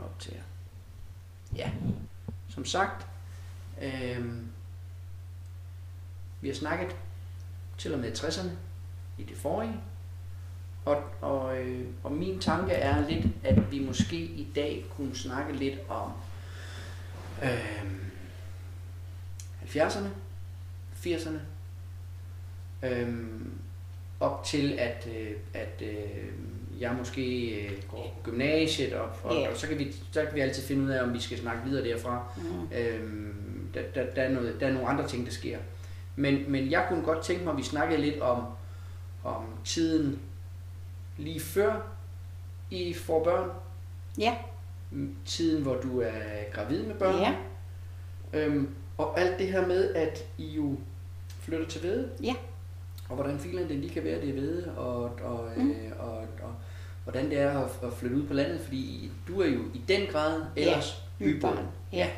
op til jer. Ja, som sagt, vi har snakket til og med 60'erne i det forrige, og min tanke er lidt, at vi måske i dag kunne snakke lidt om 70'erne, 80'erne, op til at jeg måske går på gymnasiet, og så kan vi altid finde ud af, om vi skal snakke videre derfra. Der er nogle andre ting, der sker. Men jeg kunne godt tænke mig, at vi snakkede lidt om tiden lige før I får børn. Ja. Tiden, hvor du er gravid med børn. Ja. Og alt det her med, at I jo flytter til Væde. Ja. Og hvordan filen det lige kan være, det er Væde, og hvordan det er at flytte ud på landet, fordi du er jo i den grad ellers bybarn. Ja.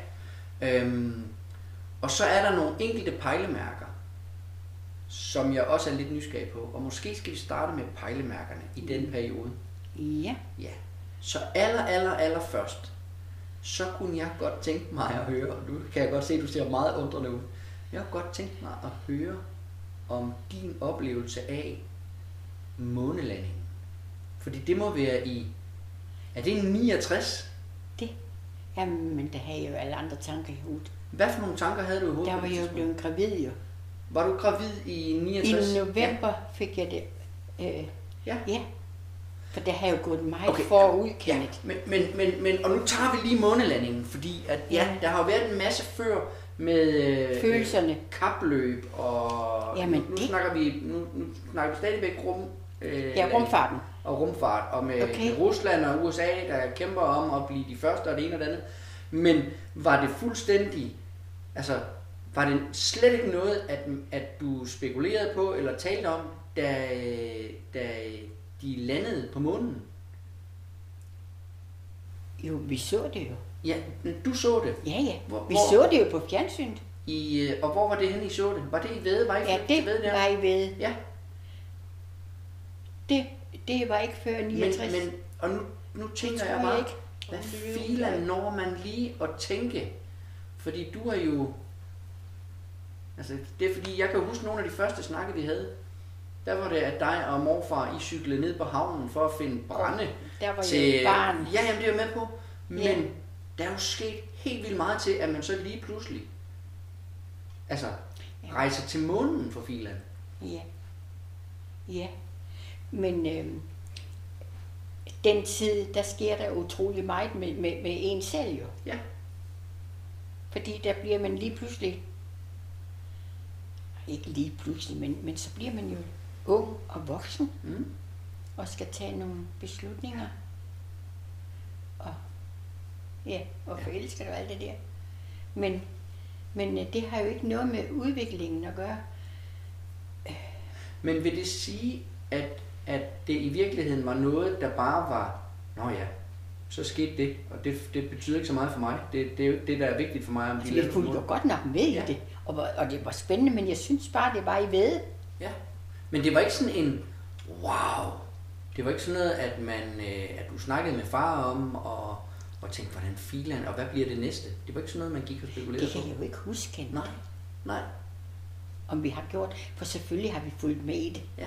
Og så er der nogle enkelte pejlemærker, som jeg også er lidt nysgerrig på, og måske skal vi starte med pejlemærkerne i den periode. Ja. Ja. Så aller først, så kunne jeg godt tænke mig at høre, og nu kan jeg godt se, at du ser meget undrende ud. Jeg kunne godt tænke mig at høre om din oplevelse af månelandingen. Fordi det må være er det 69? Jamen, der havde jeg jo alle andre tanker i hovedet. Hvad for nogle tanker havde du i hovedet? Der var jeg jo blevet gravid jo. Var du gravid i 69? I november fik jeg det. Ja. For det har jo gået meget forud, Kenneth. Ja, men og nu tager vi lige månelandingen, fordi at, der har jo været en masse før med følelserne, kapløb og nu snakker vi stadigvæk rumfarten. Og rumfart og med Rusland og USA, der kæmper om at blive de første og det ene og det andet. Men var det fuldstændig, altså var det slet ikke noget, at du spekulerede på eller talte om, da de landede på månen? Jo, vi så det jo. Ja, du så det? Ja. Vi så det jo på fjernsynet. Og hvor var det henne, I så det? Var det i Væde? Det var i Væde. Ja. Det var ikke før 69. Men og nu tænker jeg bare, hvad filan når man lige at tænke? Fordi du er jo... Altså, det er fordi, jeg kan huske nogle af de første snakke, vi havde. Der var det, at dig og morfar, I cyklede ned på havnen for at finde brænde. Der var jo barn. Ja, jamen, det er jeg med på. Men der er jo sket helt vildt meget til, at man så lige pludselig rejser til månen for filan. Ja. Men den tid, der sker der utrolig meget med en selv jo. Ja. Fordi der bliver man lige pludselig, ikke lige pludselig, men så bliver man jo ung og voksen, og skal tage nogle beslutninger, og forelsket og alt det der. Men det har jo ikke noget med udviklingen at gøre. Men vil det sige, at det i virkeligheden var noget, der bare var, så skete det, og det betyder ikke så meget for mig. Det er jo ikke det, der er vigtigt for mig. Om vi fulgte jo godt nok med i det, og det var spændende, men jeg synes bare, det var i Væde. Ja, men det var ikke sådan en, wow, det var ikke sådan noget, at du snakkede med far om, og tænkte, hvordan filan, og hvad bliver det næste? Det var ikke sådan noget, man gik og spekulerede på. Det kan jeg jo ikke huske. Nej. Om vi har gjort, for selvfølgelig har vi fulgt med i det. Ja.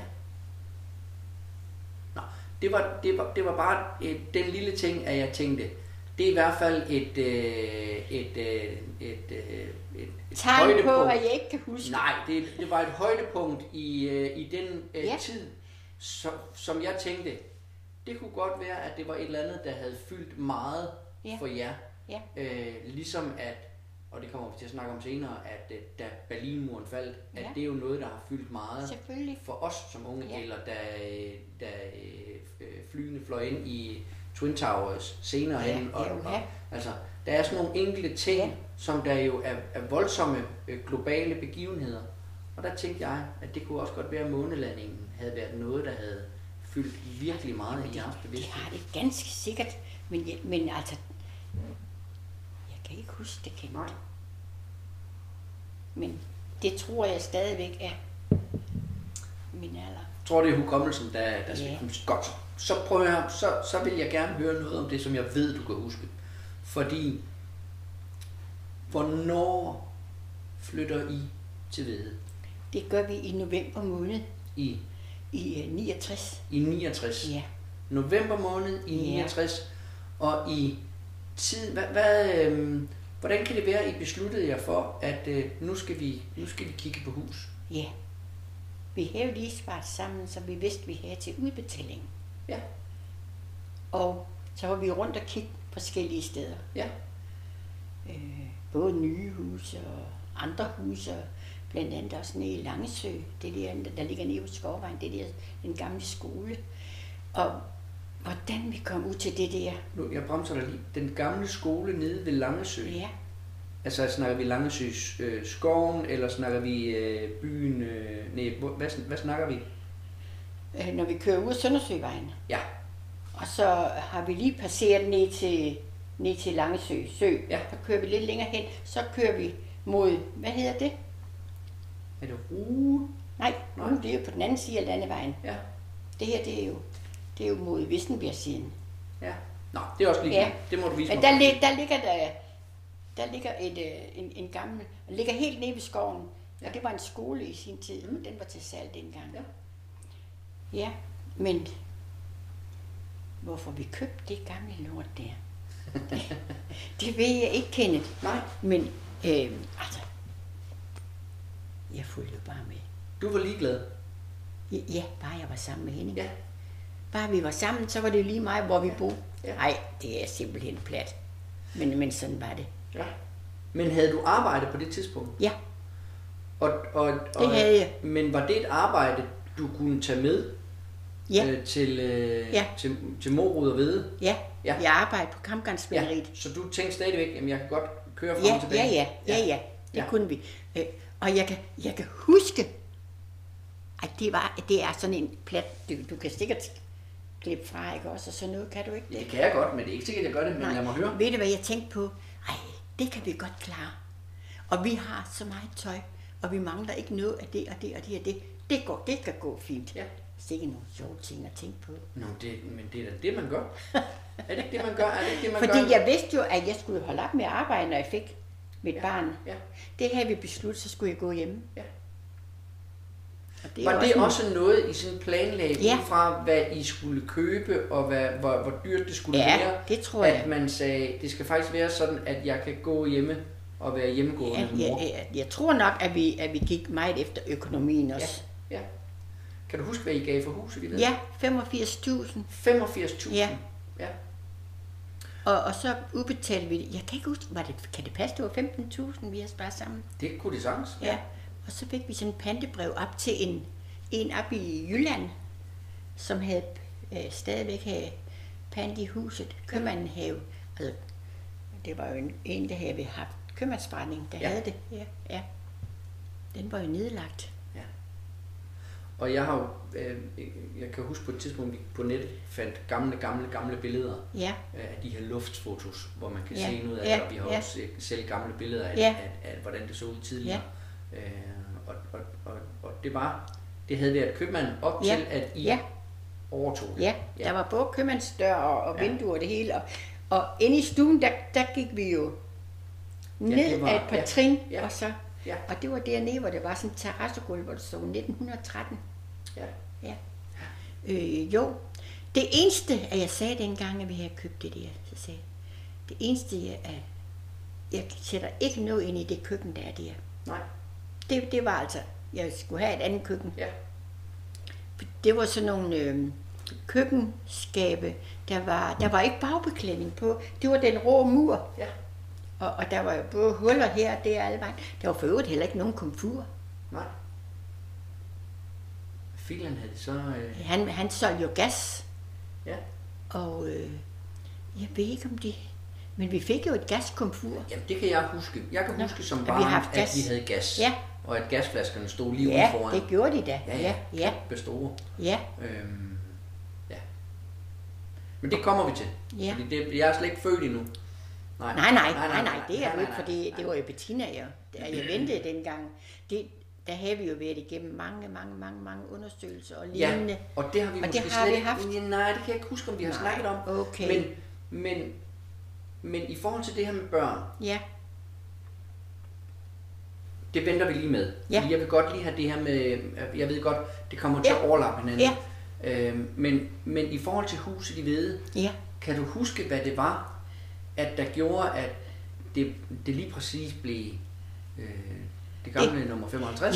Nå, det var bare den lille ting, at jeg tænkte, det er i hvert fald et tegn højdepunkt. På, at jeg ikke kan huske. Nej, det var et højdepunkt i den tid, som jeg tænkte, det kunne godt være, at det var et eller andet, der havde fyldt meget for jer. Ja. Ligesom at, og det kommer vi til at snakke om senere, at da Berlinmuren faldt, at det er jo noget, der har fyldt meget for os som unge, eller da flyene fløj ind i Twin Towers senere hen. Altså, der er sådan nogle enkelte ting, som der jo er voldsomme globale begivenheder. Og der tænkte jeg, at det kunne også godt være, at månelandingen havde været noget, der havde fyldt virkelig meget i jeres bevidsthed. Det har det ganske sikkert, men altså, jeg kan ikke huske det, Kenneth. Nej. Men det tror jeg stadigvæk er min alder. Jeg tror, det er hukommelsen, der skal huske. Godt. Så prøv at høre, så vil jeg gerne høre noget om det, som jeg ved, du kan huske. Fordi, hvornår flytter I til Væde? Det gør vi i november måned. I 69. I 69? Ja. November måned i 69. Og i tid, hvordan kan det være, I besluttede jer for, at nu skal vi kigge på hus? Ja. Vi havde jo lige sparet sammen, så vi vidste, vi havde til udbetaling. Ja. Og så var vi rundt og kigge forskellige steder. Ja. Både nye huse og andre huse, blandt andet også nede i Langesø. Det der ligger nede på Skovvejen, det der den gamle skole. Og hvordan vi kom ud til det der. Nu, jeg bremser dig lige. Den gamle skole nede ved Langesø? Ja. Altså snakker vi Langesø skoven, eller snakker vi byen? Hvad snakker vi? Når vi kører ud af Søndersøvejen. Ja. Og så har vi lige passeret ned til Langesø Sø. Ja. Så kører vi lidt længere hen. Så kører vi mod, hvad hedder det? Er det Rue? Nej, Rue, det er jo på den anden side af landevejen. Ja. Det her, det er jo mod Vissenbjerg-siden. Ja. Nå, det er også lige. Ja. Det må du vise mig. Der ligger en gammel, og ligger helt nede ved skoven. Ja. Og det var en skole i sin tid, og den var til salg dengang. Ja. Ja, men hvorfor vi købte det gamle lort der, det ved jeg ikke, Kenneth. Nej. Men altså, jeg fulgte jo bare med. Du var ligeglad? Ja, bare jeg var sammen med hende. Ja. Bare vi var sammen, så var det jo lige meget, hvor vi boede. Ja. Nej, det er simpelthen plat. Men sådan var det. Ja. Men havde du arbejde på det tidspunkt? Ja. Og det havde jeg. Men var det et arbejde, du kunne tage med til Morud og Væde? Ja. Jeg arbejdede på kampgarnsspilleriet. Ja. Så du tænkte stadigvæk, at jeg kan godt køre frem og tilbage? Ja. Det kunne vi. Og jeg kan huske, at det er sådan en plat, du kan sikkert klippe fra, ikke også? Og sådan noget, kan du ikke det? Det kan jeg godt, men det er ikke sikkert, at jeg gør det, men lad mig høre. Ved du, hvad jeg tænkte på? Ej, det kan vi godt klare. Og vi har så meget tøj, og vi mangler ikke noget af det, og det, og det, og det. Det kan gå fint. Ja. Sikke nogle sjove ting at tænke på. Nå, men det er da det, man gør. Er det ikke det, man gør? Fordi jeg vidste jo, at jeg skulle holde op med at arbejde, når jeg fik mit barn. Ja. Det havde vi besluttet, så skulle jeg gå hjemme. Ja. Det var det også noget, I sådan planlagde ud fra, hvad I skulle købe, og hvor dyrt det skulle være? Ja, det tror jeg. At man sagde, det skal faktisk være sådan, at jeg kan gå hjemme og være hjemmegående mor? Jeg tror nok, at vi gik meget efter økonomien også. Ja. Kan du huske, hvad I gav for huset? Ja, 85.000. 85.000? Ja. Ja. Og så udbetalte vi det. Jeg kan ikke huske, kan det passe, det var 15.000, vi har sparet sammen? Det kunne det sagtens. Ja. Og så fik vi sådan en pantebrev op til en op i Jylland, som havde stadigvæk havde pant i huset. Købmanden havde, altså det var jo en der havde haft købmandsforretning, der havde det. Ja. Den var jo nedlagt. Ja. Og jeg har jo, jeg kan huske på et tidspunkt, vi på nettet fandt gamle billeder af de her luftfotos, hvor man kan se noget af det, og vi har også selv gamle billeder af hvordan det så ud tidligere. Ja. Og det havde været købmanden op til, at I overtog det. Ja, der var både købmandsdør og vinduer og det hele. Og inde i stuen, der gik vi jo ned af et par trin, og så... Ja. Og det var dernede, hvor det var sådan en terrassegulv, hvor det stod 1913. Ja. Jo. Det eneste, at jeg sagde dengang, at vi havde købt det der, så sagde det eneste, jeg sætter ikke noget ind i det køkken, der er der. Nej. Det var altså, jeg skulle have et andet køkken. Ja. Det var sådan nogle køkkenskabe, der var ikke bagbeklædning på. Det var den rå mur. Ja. Og der var jo både huller her og der alle vejen. Der var for øvrigt heller ikke nogen komfur. Nej. Filen havde så... Han solgte jo gas. Ja. Og jeg ved ikke om det... Men vi fik jo et gaskomfur. Jamen det kan jeg huske. Jeg kan huske som barn, at vi havde gas. Ja. Og at gasflaskerne stod lige ude foran. Ja, det gjorde de da. Ja. Kæmpe store. Ja. Ja. Men det kommer vi til. Ja. Fordi jeg er slet ikke født endnu. Nej, det er jo ikke, fordi det var jo Bettina, jeg ventede dengang. Der havde vi jo været igennem mange undersøgelser og lignende. Ja, og det har vi og måske det har slet vi haft. Nej, det kan jeg ikke huske, om vi har snakket om. Okay. Men Men i forhold til det her med børn, ja, det venter vi lige med. Ja. Fordi jeg vil godt lige have det her med, jeg ved godt, det kommer til at overlappe hinanden. Ja. Men i forhold til huset i Væde, ja. kan du huske, hvad det var, at der gjorde, at det lige præcis blev det gamle nummer 55?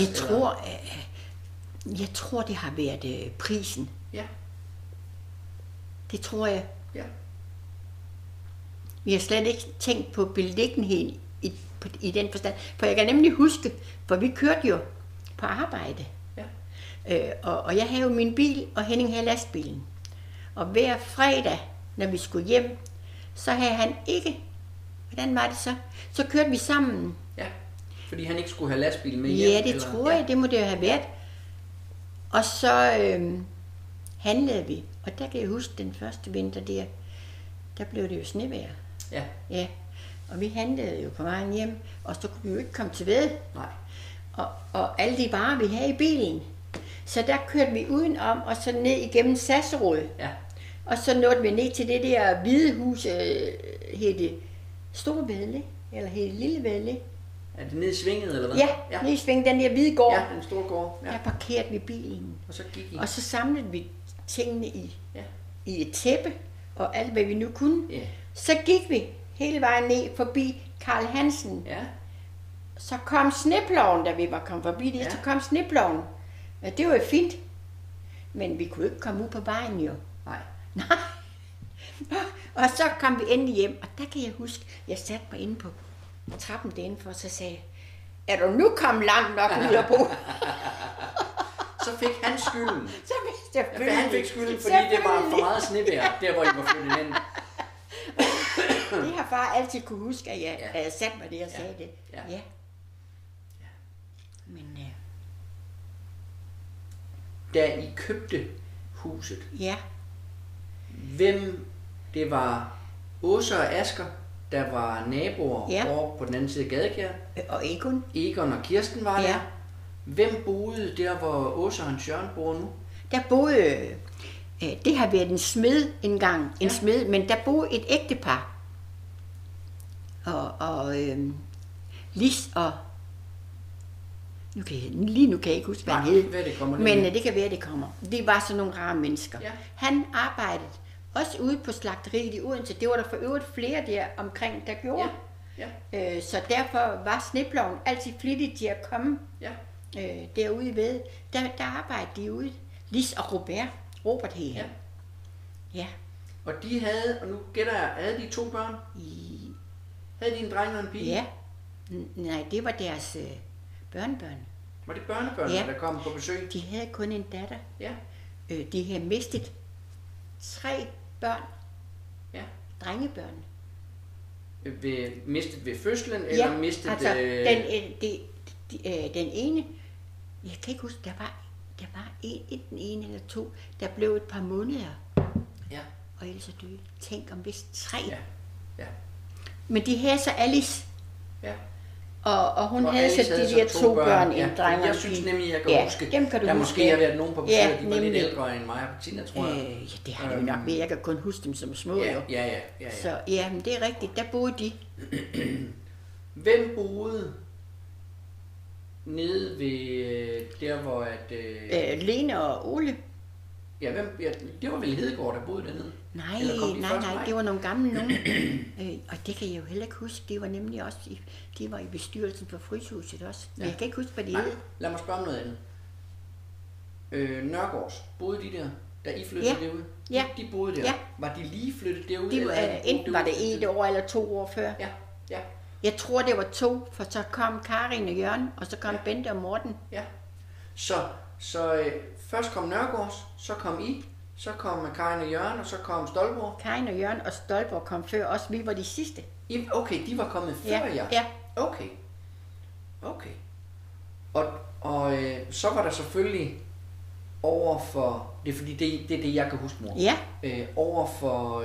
Jeg tror, det har været prisen. Ja. Det tror jeg. Ja. Vi har slet ikke tænkt på beliggenhed i den forstand. For jeg kan nemlig huske, for vi kørte jo på arbejde. Ja. Og jeg havde jo min bil, og Henning havde lastbilen. Og hver fredag, når vi skulle hjem, så havde han ikke... Hvordan var det så? Så kørte vi sammen. Ja, fordi han ikke skulle have lastbilen med hjem? Ja, det eller? Tror jeg, det må det jo have været. Og så handlede vi. Og der kan jeg huske, den første vinter der blev det jo snevejr. Ja. Ja. Og vi handlede jo på vejen hjem, og så kunne vi jo ikke komme til Væde. Nej. Og alle de varer, vi havde i bilen. Så der kørte vi udenom, og så ned igennem Sasserød. Ja. Og så nåede vi ned til det der hvide hus, hed det Store Vædle, eller hed det Lille Vædle. Er det nede i Svinget, eller hvad? Ja, nede i Svinget, den der hvide gård. Ja, den store gård. Ja. Der parkerede vi bilen. Og så gik I. Og så samlede vi tingene i et tæppe, og alt hvad vi nu kunne. Ja. Så gik vi hele vejen ned forbi Karl Hansen. Ja. Så kom sneploven, da vi var kommet forbi det, så kom sneploven. Ja, det var jo fint. Men vi kunne ikke komme ud på vejen jo. Nej. Og så kom vi endelig hjem, og der kan jeg huske, jeg satte mig inde på trappen derinde, så sagde jeg, er du nu kommet langt nok ud at bo? Så fik han skylden. Ja, han fik skylden, fordi det var for meget snevejr, der hvor I var flyttet ind. Det har far altid kunne huske, at jeg havde sat mig det og sagde det. Ja. Men da I købte huset, hvem, det var Åse og Asger, der var naboer over på den anden side af Gadekær. Og Egon. Egon og Kirsten var der. Hvem boede der, hvor Åse og Hans Jørgen bor nu? Der boede, det har været en smed engang, smed, men der boede et ægtepar. Og Lis og... Lige nu kan jeg ikke huske, hvad han hed. Men det kan være, det kommer. Det var sådan nogle rare mennesker. Ja. Han arbejdede også ude på slagteriet i Odense. Det var der for øvrigt flere der omkring, der gjorde. Ja. Så derfor var sneploven altid flittigt til at komme derude i Væde. Der arbejdede de ude. Lis og Robert hed han. Ja. Og de havde, og nu gætter jeg, havde de 2 børn? Havde de en dreng og en pige? Ja. Nej, det var deres børnebørn. Var det børnebørnene, der kom på besøg? De havde kun en datter. Ja. De havde mistet 3 børn. Ja. Drengebørn. Mistet ved fødslen, eller mistet... altså den ene, jeg kan ikke huske, der var den ene eller 2, der blev et par måneder. Ja. Og ellers døde. Tænk om vist 3. Ja. Men de havde så Alice. Ja. Og hun havde så de der 2 børn, en dreng og en jeg synes nemlig, jeg kan huske, dem kan du der huske. Måske har været nogen på besøg, de var nemlig. lidt ældre end mig og Bettina, tror jeg. Det har det jo nok været. Jeg kan kun huske dem som små. Jo. Ja. Så men det er rigtigt, der boede de. Hvem boede nede ved der, hvor at... Lene og Ole. Ja, det var vel Hedegaard, der boede dernede? Nej, det var nogle gamle nogen. Og det kan jeg jo heller ikke huske. Det var nemlig også, de var i bestyrelsen for Fryshuset også. Men jeg kan ikke huske, hvad de hed. Lad mig spørge om noget andet. Nørgaards, boede de der, da I flyttede derude? Ja. De boede der. Ja. Var de lige flyttet derude? Enten var det 1 år eller 2 år før. Ja. Jeg tror, det var 2, for så kom Karin og Jørgen, og så kom Bente og Morten. Ja. Så først kom Nørgaards, så kom I, så kom Karin og Jørgen, og så kom Stolborg. Karin og Jørgen og Stolborg kom før os. Vi var de sidste. Okay, de var kommet før jer? Ja. Okay. Og så var der selvfølgelig over for... Det er fordi, det er det, jeg kan huske, mor. Ja. Over for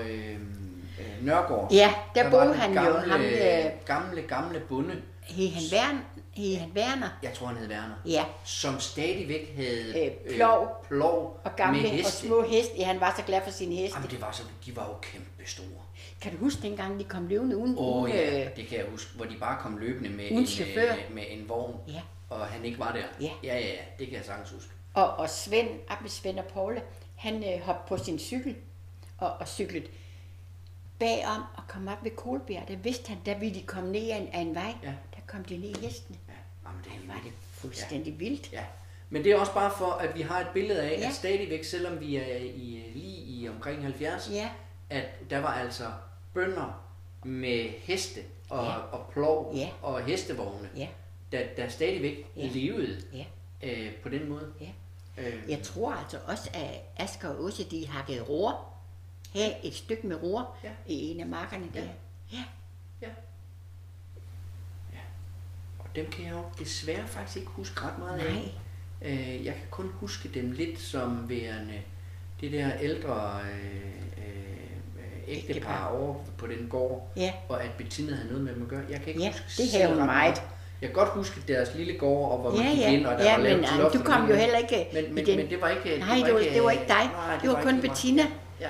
Nørgaards. Ja, der boede han jo. Gamle bonde. Hed han Werner. Jeg tror, han hed Werner. Ja. Som stadigvæk havde plov og gamle og små heste. Ja, han var så glad for sine heste. Jamen, de var jo kæmpe store. Kan du huske dengang, de kom løbende uden? Ja, det kan jeg huske, hvor de bare kom løbende med en vogn, og han ikke var der. Ja, det kan jeg sagtens huske. Og Svend og Paula, han hoppede på sin cykel og cyklede bagom og kom op ved Kolbjerg. Der vidste han, da ville de komme ned af en vej, der kom de ned i hestene. Ja. Jamen, det var det fuldstændig vildt. Ja. Men det er også bare for, at vi har et billede af, at stadigvæk, selvom vi er lige i omkring 70, at der var altså bønder med heste og plov og hestevogne, der stadigvæk levede på den måde. Ja. Jeg tror altså også, at Asger og Åse, de hakkede roer. Her et stykke med roer i en af markerne der. Ja. Og dem kan jeg jo desværre faktisk ikke huske ret meget af. Jeg kan kun huske dem lidt som værende det der ældre ægtepar over på den gård, og at Bettina havde noget med dem at gøre. Jeg kan ikke huske det her jo meget. Jeg kan godt huske deres lille gård, og hvor man gik ind, og der var lavet til loftet. Du kom jo heller ikke men det var ikke... Nej, det var ikke dig. Det var kun Bettina.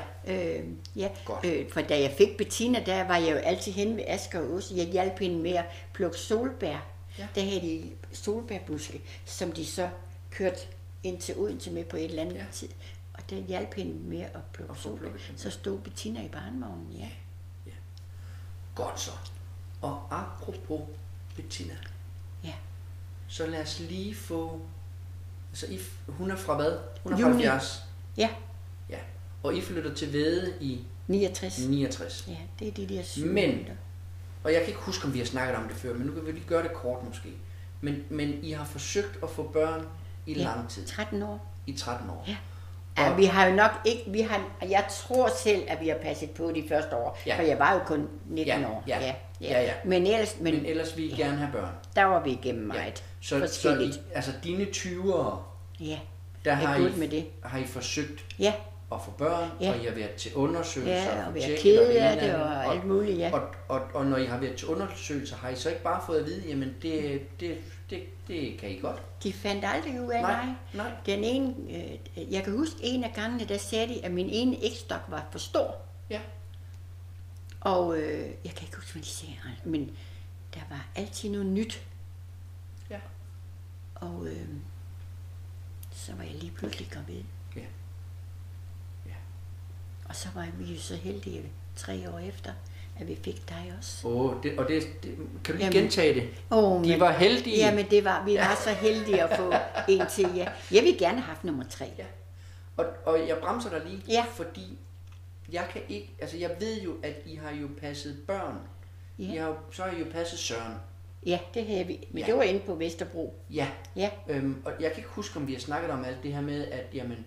For da jeg fik Bettina, der var jeg jo altid henne ved Asger og Åse. Jeg hjalp hende med at plukke solbær. Der havde de solbærbuske, som de så kørte ind til Odense med på et eller andet tid. Og der hjalp hende med at plukke solbær. Så stod Bettina i barnevognen, ja. Godt så. Og apropos Bettina. Ja. Så lad os lige få... Altså, hun er fra hvad? Hun er fra 70. Ja. Ja. Og I flytter til Væde i... 69. Ja, det er de der 7. Men, og jeg kan ikke huske, om vi har snakket om det før, men nu kan vi lige gøre det kort måske. Men I har forsøgt at få børn i lang tid. 13 år. I 13 år. Ja. Ja, vi har jo nok ikke, jeg tror selv, at vi har passet på de første år, for jeg var jo kun 19 år. Ja. Men ellers ville I gerne have børn. Der var vi igennem meget forskelligt. Så altså dine 20'ere, der har I forsøgt at få børn, og I har været til undersøgelser, og været kede af det og alt muligt, og når I har været til undersøgelser, har I så ikke bare fået at vide, jamen det kan I godt? De fandt aldrig ud af mig. Nej. Den ene, jeg kan huske en af gangene, der sagde de, at min ene ægstok var for stor. Ja. Og jeg kan ikke huske, hvad de sagde, men der var altid noget nyt. Ja. Og så var jeg lige pludselig gravid. Ja. Og så var vi jo så heldige 3 år efter, at vi fik dig også. Kan du lige gentage det? De var heldige. Jamen, vi var så heldige at få en til, Jeg vil gerne have haft nummer 3. Ja. Og jeg bremser dig lige, fordi jeg kan ikke, altså jeg ved jo, at I har jo passet børn. Ja. Så har I jo passet Søren. Ja, det havde vi. Men det var inde på Vesterbro. Ja. Og jeg kan ikke huske, om vi har snakket om alt det her med, at jamen,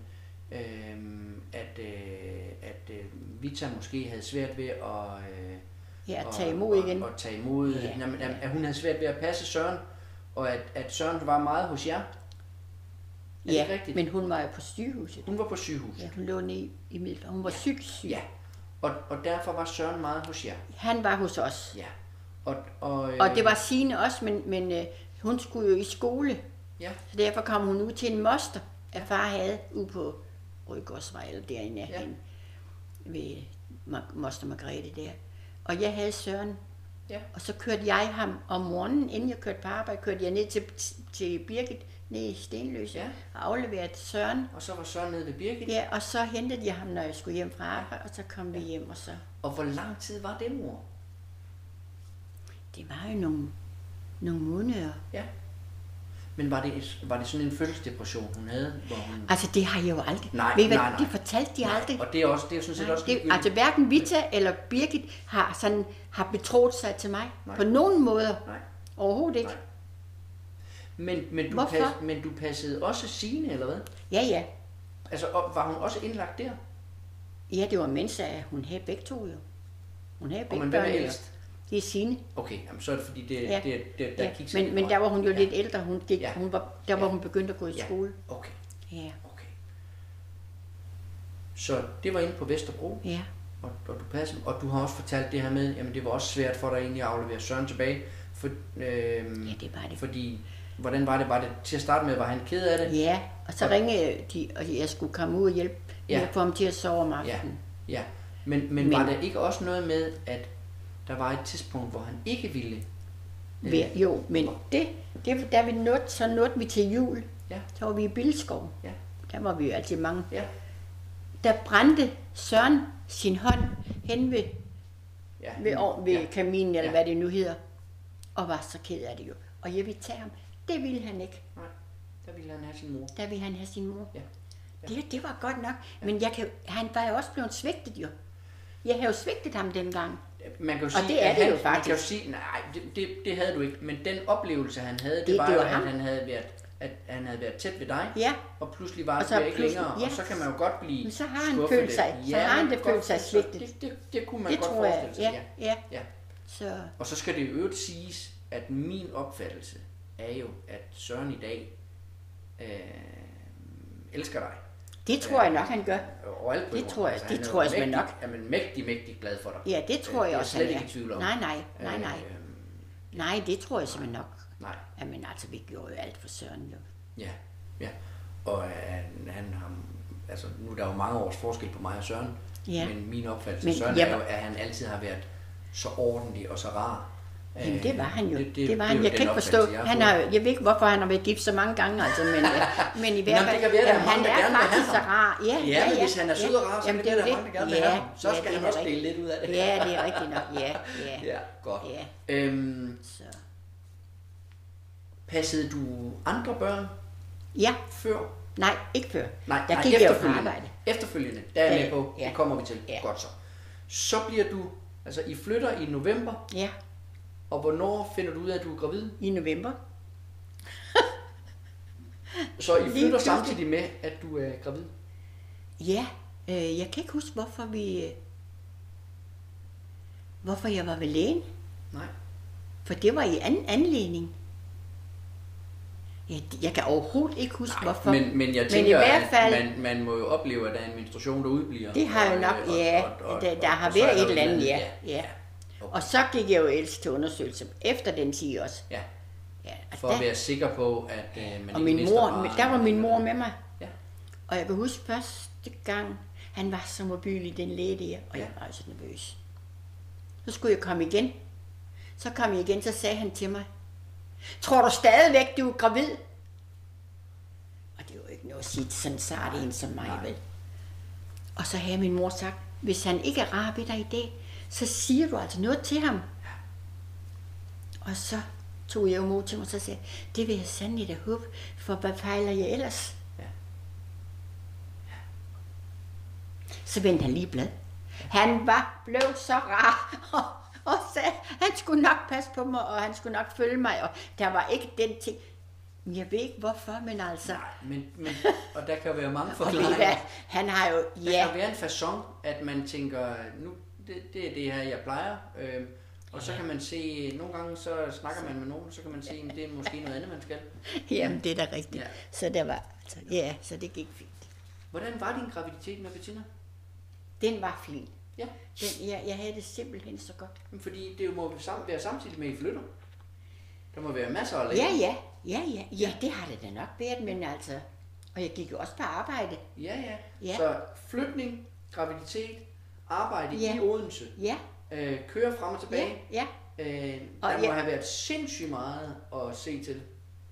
at Vita måske havde svært ved at tage imod igen. Og tage imod. At hun havde svært ved at passe Søren, og at Søren var meget hos jer. Er det rigtigt? Men hun var jo på sygehuset. Hun var på sygehuset. Ja, hun lå nede i Middelfart. Hun var psykisk syg. Ja, og derfor var Søren meget hos jer. Han var hos os. Ja. Og det var Signe også, men hun skulle jo i skole. Ja. Så derfor kom hun ud til en moster, at far havde ude på Rødgårdsvej, eller derinde hen, ved moster Margrethe der. Og jeg havde Søren. Ja. Og så kørte jeg ham om morgenen, inden jeg kørte på arbejde, kørte jeg ned til Birgit, ned i Stenløse, og afleverede Søren. Og så var Søren nede ved Birgit? Ja, og så hentede jeg ham, når jeg skulle hjem fra arbejde, og så kom vi hjem og så. Og hvor lang tid var det, mor? Det var jo nogle måneder. Ja. Men var det sådan en følelsesdepression, hun havde? Hvor hun... Altså, det har jeg jo aldrig. Nej. Det fortalte de aldrig. Og det er sådan set også altså, hverken Vita eller Birgit har betroet sig til mig. Nej. På nogen måder. Nej. Overhovedet ikke. Nej. Men du passede også Signe, eller hvad? Ja. Altså, var hun også indlagt der? Ja, det var mens hun havde begge to jo. Hun havde begge børn. Hvem er ældst? Det er Signe. Okay, jamen, så er det fordi, der gik men der var hun jo lidt ældre. Var hun begyndt at gå i skole. Okay. Ja. Okay. Så det var inde på Vesterbro. Ja. Og du passede, og du har også fortalt det her med, jamen det var også svært for dig egentlig at aflevere Søren tilbage, det var det. Fordi, hvordan var det? Var det til at starte med, var han ked af det? Ja, og så ringede de, og jeg skulle komme ud og hjælpe ham til at sove om aftenen. Ja. Men var der ikke også noget med, at der var et tidspunkt, hvor han ikke ville? Jo, men da vi nåede vi til jul. Ja. Så var vi i Bilskov. Ja. Der var vi jo altid mange. Ja. Der brændte Søren sin hånd hen ved kaminen, eller hvad det nu hedder, og var så ked af det jo. Og jeg ville tage ham. Det ville han ikke. Nej, der ville han have sin mor. Der ville han have sin mor. Ja. Ja. Det var godt nok. Ja. Men han var jo også blevet svigtet jo. Jeg havde jo svigtet ham dengang. Man kan jo sige, og det er det jo faktisk. Man kan jo sige, nej, det havde du ikke. Men den oplevelse, han havde, det var jo, at han havde været tæt ved dig. Ja. Og pludselig var det ikke længere. Ja. Og så kan man jo godt blive men så har han følt sig, følt sig svigtet. Det kunne man godt forestille sig. Ja. Så. Og så skal det jo øvrigt siges, at min opfattelse er jo, at Søren i dag elsker dig. Det tror jeg nok, han gør. Det tror jeg, det tror jeg nok. Er man mægtig glad for dig. Ja, det tror jeg også, han er. Jeg er slet ikke i tvivl om. Nej. Nej, det tror jeg simpelthen nok. Nej. Jamen altså, vi gjorde jo alt for Søren jo. Ja. Og han har, altså nu er der jo mange års forskel på mig og Søren. Ja. Men min opfattelse af Søren er jo, at han altid har været så ordentlig og så rar. Jamen det var han jo. Det var han. Jeg kan ikke forstå. Jeg ved ikke, hvorfor han har været gift så mange gange, altså, men i hvert fald, han er faktisk så rar. Ja, men hvis han er sød og rar, så kan det være mange, der gerne vil have ham. Så skal han også dele lidt ud af det. Ja, det er rigtigt nok. Ja, godt. Passede du andre børn? Ja. Før? Nej, ikke før. Nej, der gik jeg jo på arbejde. Efterfølgende, der er jeg med på. Det kommer vi til. Godt så. Så bliver du, altså I flytter i november. Ja. Og hvornår finder du ud af, at du er gravid? I november. Så I flytter samtidig med, at du er gravid? Ja, jeg kan ikke huske, hvorfor jeg var ved lægen. Nej. For det var i anden anledning. Jeg kan overhovedet ikke huske, hvorfor. Men jeg tænker, men i hvert fald, at man må jo opleve, at der er en menstruation, der udbliver. Det har jo nok, der har været et eller andet, ja. Okay. Og så gik jeg jo ellers til undersøgelse efter den tid også. Ja. For at være sikker på, at man og ikke mister barnet. Der var min mor med mig. Ja. Og jeg kan huske første gang, han var så mobil, den læge der, og jeg var så nervøs. Så skulle jeg komme igen. Så kom jeg igen, så sagde han til mig, tror du stadigvæk, du er gravid? Og det var jo ikke noget at sige til sådan sart en som mig, vel? Og så havde min mor sagt, hvis han ikke er rar ved dig i dag, så siger du altså noget til ham. Og så tog jeg jo mod til mig, og så sagde det vil jeg sandelig da håbe, for hvad fejler jeg ellers? Ja. Så vendte han lige blad. Han blev så rar, og sagde, han skulle nok passe på mig, og han skulle nok følge mig, og der var ikke den ting. Jeg ved ikke hvorfor, men altså. Nej, men og der kan jo være mange forklaringer. Han har jo, Der kan være en facon, at man tænker, nu det er det her, jeg plejer. Og så kan man se, nogle gange så snakker man med nogen, så kan man se, at det er måske noget andet, man skal. Jamen, det er da rigtigt. Ja. Så der var, altså, så det gik fint. Hvordan var din graviditet med Bettina? Den var fin. Ja. Jeg havde det simpelthen så godt. Fordi det må være samtidig med, I flytter. Der må være masser af læger. Ja, det har det da nok været, men altså. Og jeg gik jo også på arbejde. Ja. Så flytning, graviditet, arbejde i Odense. Ja. Køre frem og tilbage. Ja. Der må have været sindssygt meget at se til.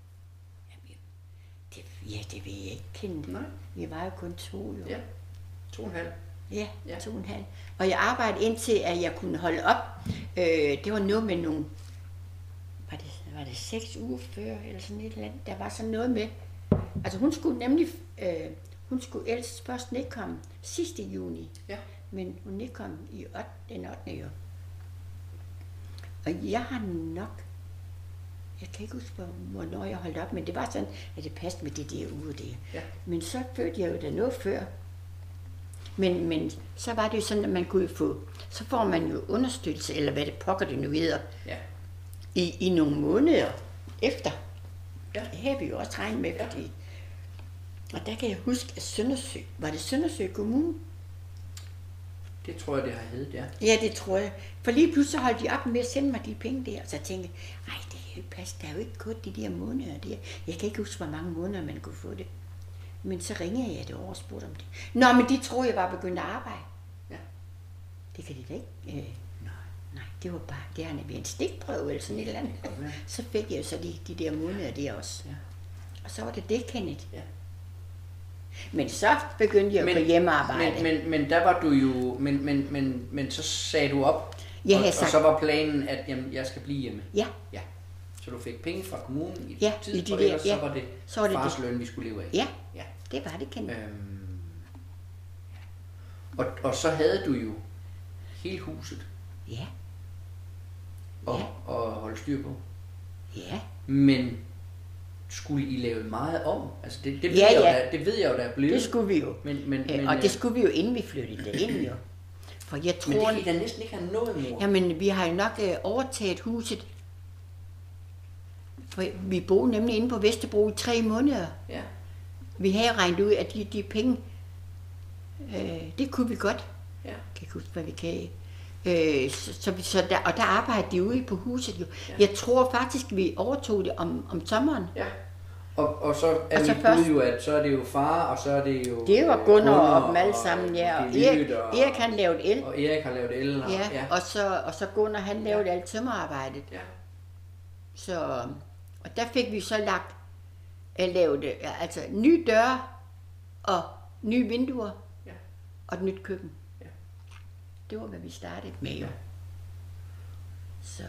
Det vil jeg ikke kende. Nej. Vi var jo kun 2 jo. Ja, 2,5. Ja, 2,5. Og jeg arbejdede indtil, at jeg kunne holde op. Det var noget med nogle, var det 6 uger før, eller sådan et eller andet. Der var sådan noget med, altså hun skulle nemlig, hun skulle ellers først nedkomme sidste juni. Ja. Men hun nedkom i den 8. jo. Og jeg har nok, jeg kan ikke huske, hvornår jeg holdt op, men det var sådan, at det passede med det der uge der. Ja. Men så fødte jeg jo da noget før. Men så var det jo sådan, at man kunne få, så får man jo understøttelse, eller hvad det pokker det nu videre, i nogle måneder efter. Ja. Det har vi jo også regnet med, fordi. Og der kan jeg huske, at Søndersø, var det Søndersø Kommune? Det tror jeg, det har heddet, ja. Ja, det tror jeg. For lige pludselig holdt de op med at sende mig de penge der, og så tænkte jeg, nej, det kan jo ikke passe, der er jo ikke gået de der måneder der. Jeg kan ikke huske, hvor mange måneder man kunne få det. Men så ringede jeg det over og spurgte om det. Nå, men de troede, jeg var begyndt at arbejde. Ja. Det kan de da ikke. Nej, det var bare, det har været en stikprøve eller sådan et eller andet. Så fik jeg jo så de der måneder der også. Ja. Og så var det, Kenneth. Ja. Men så begyndte jeg på hjemmearbejde. Men der var du jo, men så sagde du op, og så var planen, at jamen, jeg skal blive hjemme. Ja. Ja. Så du fik penge fra kommunen i tid, i de og der, så var det fars løn, vi skulle leve af. Ja, det var det, Kenneth. Og så havde du jo hele huset. Ja. Og holde styr på. Ja. Men skulle I lave meget om? Altså det ved jeg jo, der er blevet. Det skulle vi jo. Men, og det skulle vi jo, inden vi flyttede derind jo. For jeg tror... Men det kan I da næsten ikke have nået, mor. Jamen, vi har jo nok overtaget huset. For vi boede nemlig inde på Vesterbro i 3 måneder. Ja. Vi havde regnet ud, at de penge, det kunne vi godt. Ja. Jeg kan ikke huske, hvad vi kan. Og der arbejdede de ude på huset jo. Ja. Jeg tror faktisk, vi overtog det om sommeren. Ja. Og så er vi først, jo, at så er det jo far, og så er det jo... Det var Gunnar og dem alle sammen, ja. Og Erik han lavede el. Og Erik har lavet el. Ja. Og så Gunnar han lavede alt tømmerarbejdet. Ja. Så, og der fik vi så lavet altså nye døre og nye vinduer og et nyt køkken. Ja. Det var, hvad vi startede med jo. Så...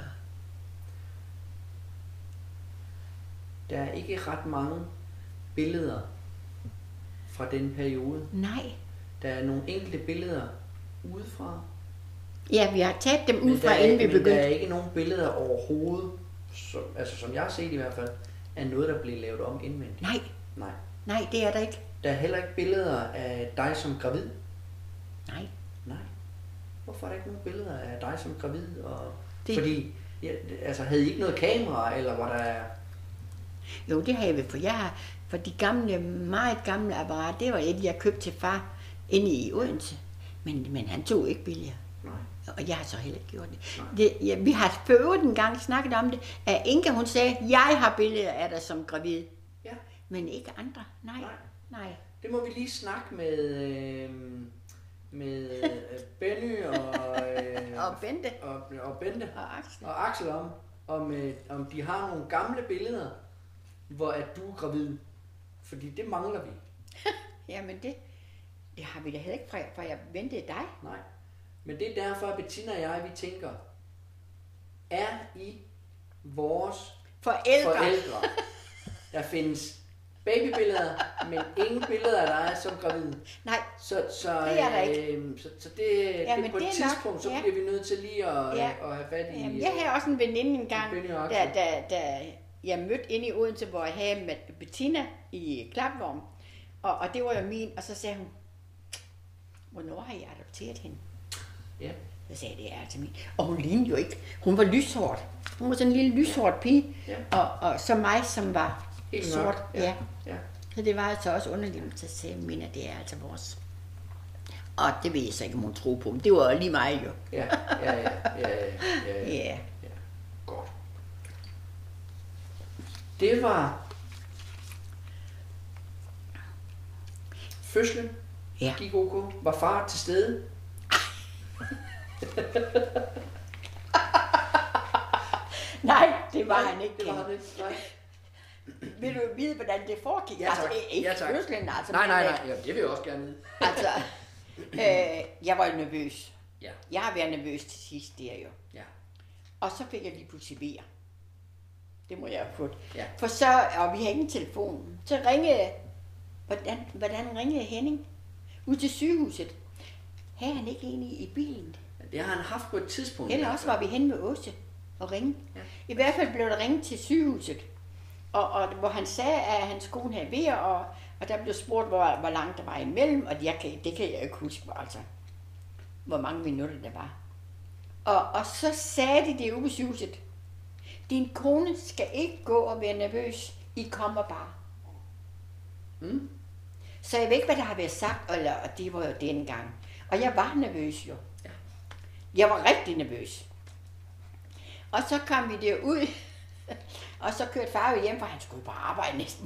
Der er ikke ret mange billeder fra den periode. Nej. Der er nogle enkelte billeder udefra. Ja, vi har taget dem udefra, inden vi begyndte. Men der er ikke nogen billeder overhovedet, som jeg har set i hvert fald, af noget, der blev lavet om indvendigt. Nej, det er der ikke. Der er heller ikke billeder af dig som gravid. Nej. Hvorfor er der ikke nogen billeder af dig som gravid? Fordi, havde I ikke noget kamera, eller var der... Jo, det har jeg, for de gamle, meget gamle apparater, det var et, jeg købte til far inde i Odense. Men han tog ikke billeder. Nej. Og jeg har så heller ikke gjort det. Vi har for øvrigt en gang snakket om det, at Inga, hun sagde, jeg har billeder af dig som gravid. Ja. Men ikke andre. Nej. Det må vi lige snakke med Benny og Bente. Og Bente og Axel om de har nogle gamle billeder, hvor at du er gravid. Fordi det mangler vi. Jamen det har vi da heller ikke, for jeg ventede dig. Nej. Men det er derfor, at Bettina og jeg, vi tænker, er I vores forældre? Der findes babybilleder, men ingen billeder af dig som gravid. Nej, så det er der ikke. Så det på et tidspunkt, så bliver vi nødt til lige at have fat i... Jamen, jeg havde også en veninde engang, der jeg mødte inde i Odense, hvor jeg havde med Bettina i klapvogn. Og det var jo min, og så sagde hun, hvornår har I adopteret hende? Ja. Så sagde jeg, det er altså min. Og hun lignede jo ikke. Hun var lyshåret. Hun var sådan en lille lyshåret pige. Ja. Og så mig, som var helt sort. Ja. Så det var altså også underligt, så sagde jeg, at det er altså vores. Og det ved jeg så ikke, om hun troede på. Men det var lige mig jo. Ja. Godt. Det var fødslen. Ja. Gik ok. Var far til stede? Nej, det var han ikke. Det var han ikke. Nej. Vil du vide, hvordan det foregik? Ja, tak. Ikke fødslen, altså. Nej. Ja, det vil jeg også gerne vide. Altså, jeg var jo nervøs. Ja. Jeg har været nervøs til sidst, det er jo. Ja. Og så fik jeg lige pludselig vejer. Det må jeg have fået. Ja. For så, og vi har ingen telefon. Så ringede, hvordan ringede Henning? Ud til sygehuset. Havde han ikke en i bilen? Det har han haft på et tidspunkt. Eller også var vi henne med Åse og ringe. Ja. I hvert fald blev der ringet til sygehuset. Og hvor han sagde, at hans kone havde vejer, og der blev spurgt, hvor langt der var imellem, og det kan jeg ikke huske, altså, hvor mange minutter der var. Og så sagde de det ude på sygehuset. Din kone skal ikke gå og være nervøs. I kommer bare. Mm. Så jeg ved ikke, hvad der har været sagt, og det var jo dengang. Og jeg var nervøs jo. Ja. Jeg var rigtig nervøs. Og så kom vi derud, og så kørte far jo hjem, for han skulle på arbejde næsten.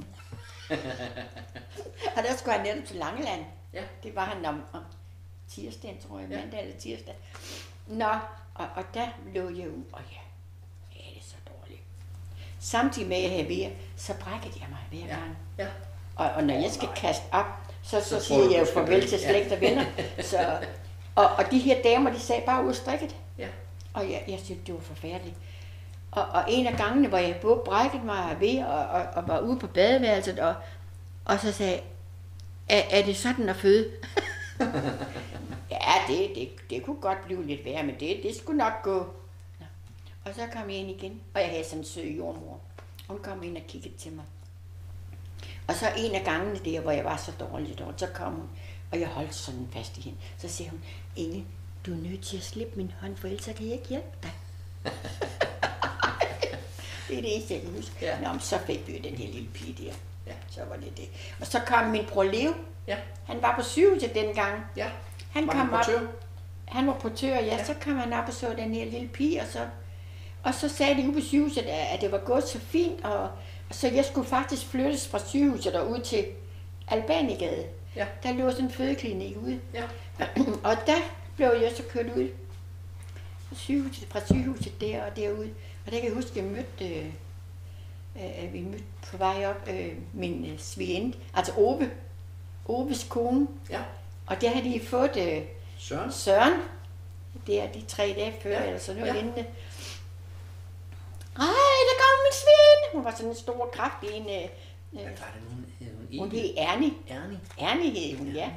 Og der skulle han netop til Langeland. Ja. Det var han om tirsdagen, tror jeg, mandag eller tirsdag. Nå, og der lå jeg ud, og ja, det er så dårligt. Samtidig med at jeg havde vejr, så brækkede jeg mig hver gang. Ja. Og når jeg skal kaste op, så siger jeg jo farvel til slægt og venner. Så, og de her damer, de sagde bare ud strikket. Ja. Og jeg synes, det var forfærdeligt. Og en af gangene, hvor jeg både brækkede mig ved og var ude på badeværelset, og så sagde er det sådan at føde? Ja, det kunne godt blive lidt værre, men det skulle nok gå. Nå. Og så kom jeg ind igen, og jeg havde sådan en sød jordmor. Hun kom ind og kiggede til mig. Og så en af gangene der, hvor jeg var så dårlig, så kom hun, og jeg holdt sådan fast i hende. Så siger hun, Inge, du er nødt til at slippe min hånd, for ellers kan jeg ikke hjælpe dig. Det er det eneste, jeg kan huske. Ja. Nå, men så fik vi jo den her lille pige der. Ja. Så var det det. Og så kom min bror Leo. Ja. Han var på sygehuset dengang. Ja. Han var portør, ja. Så kom han op og så den her lille pige, og så sagde de ude på sygehuset, at det var gået så fint, og så jeg skulle faktisk flyttes fra sygehuset og ud til Albanigade. Ja. Der lå sådan en fødeklinik ude. Ja. Og der blev jeg så kørt ud fra sygehuset der og derude. Og der kan jeg huske, at vi mødte på vej op min svigerinde, altså Oves kone. Ja. Og der havde de fået Søren. Det er de 3 dage før, eller sådan noget lignende. Ej, der kom min svigerinde! Hun var sådan en stor, kraftig en. Hvad var det nu? Hun hed Ernie. Ernie hed hun, ja.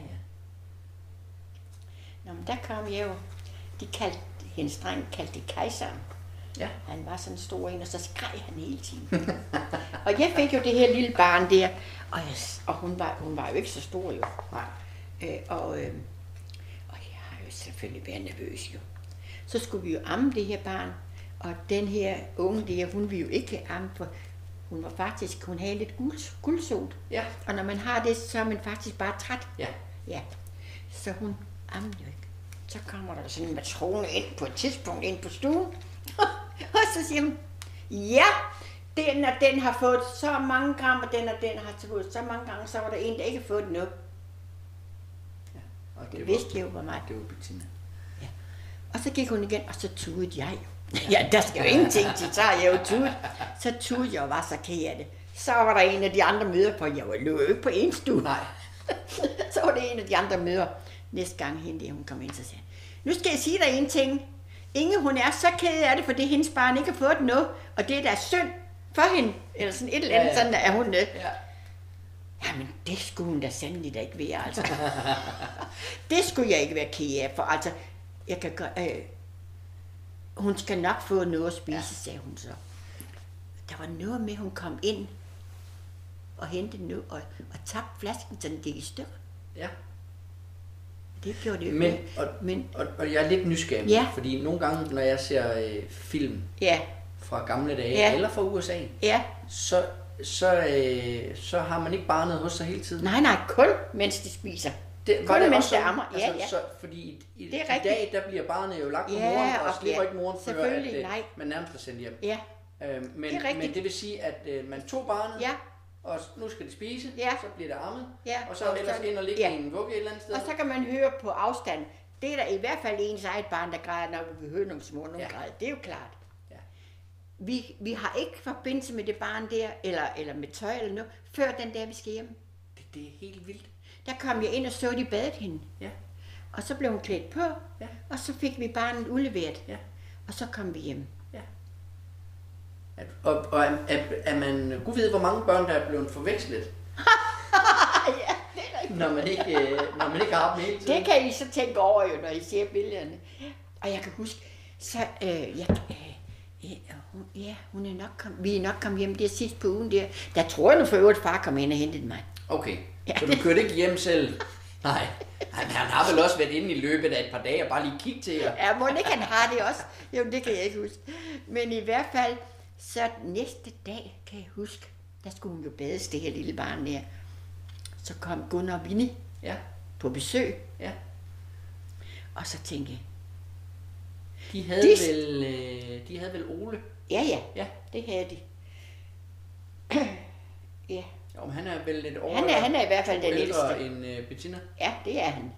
Nå, men der kom jeg jo. Hendes dreng kaldte det kejseren. Ja. Han var sådan en stor en, og så skreg han hele tiden. Og jeg fik jo det her lille barn der, og hun var jo ikke så stor jo. Nej. Og jeg har jo selvfølgelig været nervøs jo. Så skulle vi jo amme det her barn, og den her unge der, hun ville jo ikke amme, for hun havde lidt guldsot. Ja. Og når man har det, så er man faktisk bare træt. Ja. Ja. Så hun ammede jo ikke. Så kommer der sådan en matrone ind på et tidspunkt ind på stuen, og så siger hun, ja, den har fået så mange gram, og den har fået så mange gange, så var der en, der ikke har fået den op. Ja, og det vidste jeg jo var mig. Det var Bettina. Ja. Og så gik hun igen, og så tudede jeg jo. Ja, der skal jo ingenting til, så har jeg jo tudet. Så tudede jeg og var så ked af det. Så var der en af de andre møder, for jeg lå jo ikke på en stue. Nej. Så var det en af de andre møder. Næste gang hende, hun kom ind, så sagde nu skal jeg sige dig en ting. Inge, hun er så ked af det, fordi hendes barn ikke har fået noget, og det er da synd for hende, eller sådan et eller andet, sådan er hun nødt. Ja. Jamen, det skulle hun da sandelig da ikke være, altså. Det skulle jeg ikke være ked af, for altså, jeg kan hun skal nok få noget at spise, sagde hun så. Der var noget med, hun kom ind og hentede noget, og tabte flasken, så den gik i stykker. Ja. Det gjorde det jo. Og jeg er lidt nysgerrig, fordi nogle gange, når jeg ser film fra gamle dage, eller fra USA, så har man ikke barnet hos sig hele tiden. Nej, kun mens de spiser. Kun mens de ammer. Så, fordi i dag, der bliver barnet jo lagt på moren, og slipper ikke moren før, at man nærmest er sendt hjem. Ja. Men det vil sige, at man tog barnet, og nu skal det spise, så bliver det ammet, og så ellers ind og ligge i en vugge et eller andet sted. Og så kan man høre på afstand, det er der i hvert fald ens eget barn, der græder, når vi hører nogle små græder. Det er jo klart. Ja. Vi har ikke forbindelse med det barn der, eller med tøj eller noget, før den dag, vi skal hjem. Det er helt vildt. Der kom jeg ind og så, de badede hende. Ja. Og så blev hun klædt på, og så fik vi barnet udleveret. Ja. Og så kom vi hjem. Og er man gud ved, hvor mange børn, der er blevet forvekslet? Ja, det er rigtigt. Når man ikke har dem hele tiden. Det kan I så tænke over jo, når I ser billederne. Og jeg kan huske, så hun er nok vi er nok kommet hjem der sidst på ugen der. Der tror jeg nu for øvrigt, far kom ind og hentede mig. Okay, så du kørte ikke hjem selv? Nej. Han har vel også været inde i løbet af et par dage og bare lige kigge til jer. Ja, må ikke han har det også? Jo, det kan jeg ikke huske. Men i hvert fald, så næste dag, kan jeg huske, der skulle hun jo bades, det her lille barn der. Så kom Gunnar og Vinnie på besøg. Ja. Og så tænkte jeg... De havde vel Ole? Ja, det havde de. Ja. Jo, men han er vel lidt over... Han er i hvert fald den ældste. End Bettina? Ja, det er han.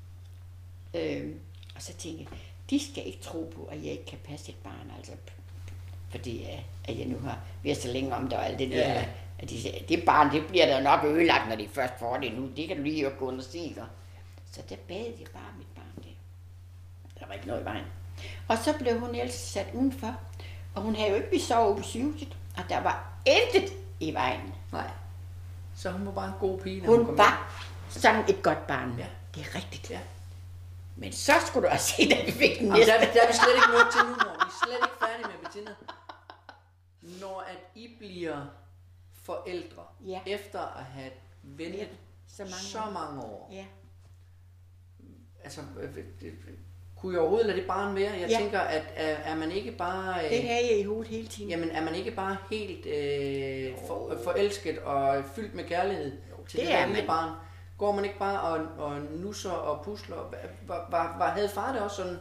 Og så tænkte jeg, de skal ikke tro på, at jeg ikke kan passe et barn, altså. Fordi at jeg nu har været så længe om det og alt det der. Ja. At de siger, det barn, det bliver der nok ødelagt, når de først får det nu. Det kan du lige gå og sige. Så der bad jeg bare mit barn der. Der var ikke noget i vejen. Og så blev hun ellers sat udenfor. Og hun havde jo ikke sovet på sygehuset. Og der var intet i vejen. Nej. Så hun var bare en god pige. Hun var sådan et godt barn. Ja. Det er rigtigt. Ja. Men så skulle du også se, da vi fik den næste. Der er vi slet ikke nået til nu, mor. Vi er slet ikke færdige med Bettina. Når at I bliver forældre, efter at have ventet så mange år. Ja. Altså, kunne I overhovedet lade det barn være? Jeg tænker, at er man ikke bare... det har jeg i hovedet hele tiden. Jamen, er man ikke bare helt forelsket og fyldt med kærlighed til det lille barn? Går man ikke bare og nusser og pusler? Havde far det også sådan?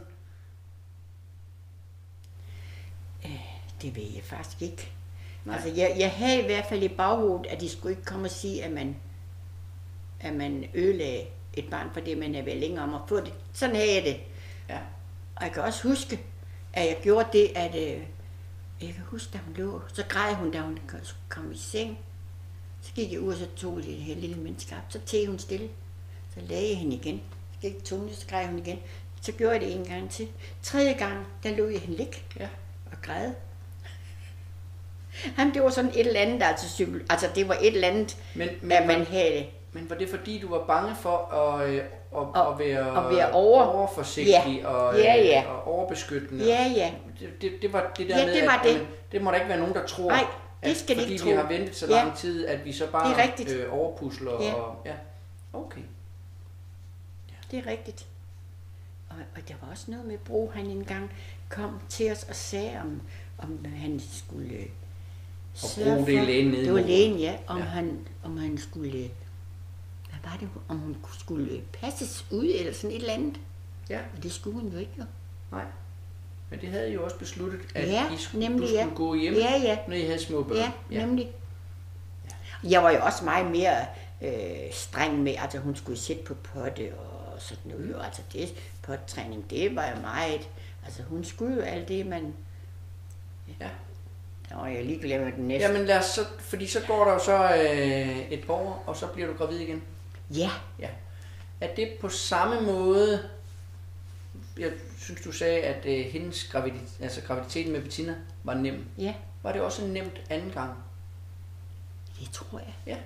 Det ved jeg faktisk ikke. Nej. Altså, jeg havde i hvert fald i baghovedet, at de skulle ikke komme og sige, at man ødelagde et barn, fordi man er vel længere om at få det. Sådan havde jeg det. Ja. Og jeg kan også huske, at jeg gjorde det, at jeg kan huske, da hun lå, så græd hun, da hun kom i seng. Så gik jeg ud, og så tog det her lille menneske op. Så teg hun stille. Så lagde jeg hende igen. Så gik tunge, så græd hun igen. Så gjorde jeg det en gang til. Tredje gang, der lå jeg hende ligge og græd. Jamen, det var sådan et eller andet, altså det var et eller andet, at man havde det. Men var det fordi, du var bange for at være overforsigtig og overbeskyttende? Ja. Det var det der med, det må der ikke være nogen, der tror. Nej, det skal de ikke tro. Fordi vi har ventet så lang tid, at vi så bare overpusler. Og, okay. Ja. Det er rigtigt. Og der var også noget med Bro, han engang kom til os og sagde, om han skulle... Og Bro, det er lægen nede. Det var lægen, om han skulle... Hvad var det? Om hun skulle passes ud eller sådan et eller andet. Ja. Og det skulle hun jo ikke, jo. Nej. Men det havde I jo også besluttet, at du skulle gå hjem, når I havde små børn. Ja, nemlig. Ja. Jeg var jo også meget mere streng med, altså hun skulle sætte på potte og sådan noget. Altså det, pottræning, det var jo meget... Altså hun skulle jo alt det, man... Ja. Der var jeg lige glemt den næste. Jamen lad os så, fordi så går der jo så et par år, og så bliver du gravid igen. Ja. Er det på samme måde, jeg synes du sagde, at hendes graviditeten med Bettina var nem. Ja. Var det også nemt anden gang? Det tror jeg. Ja.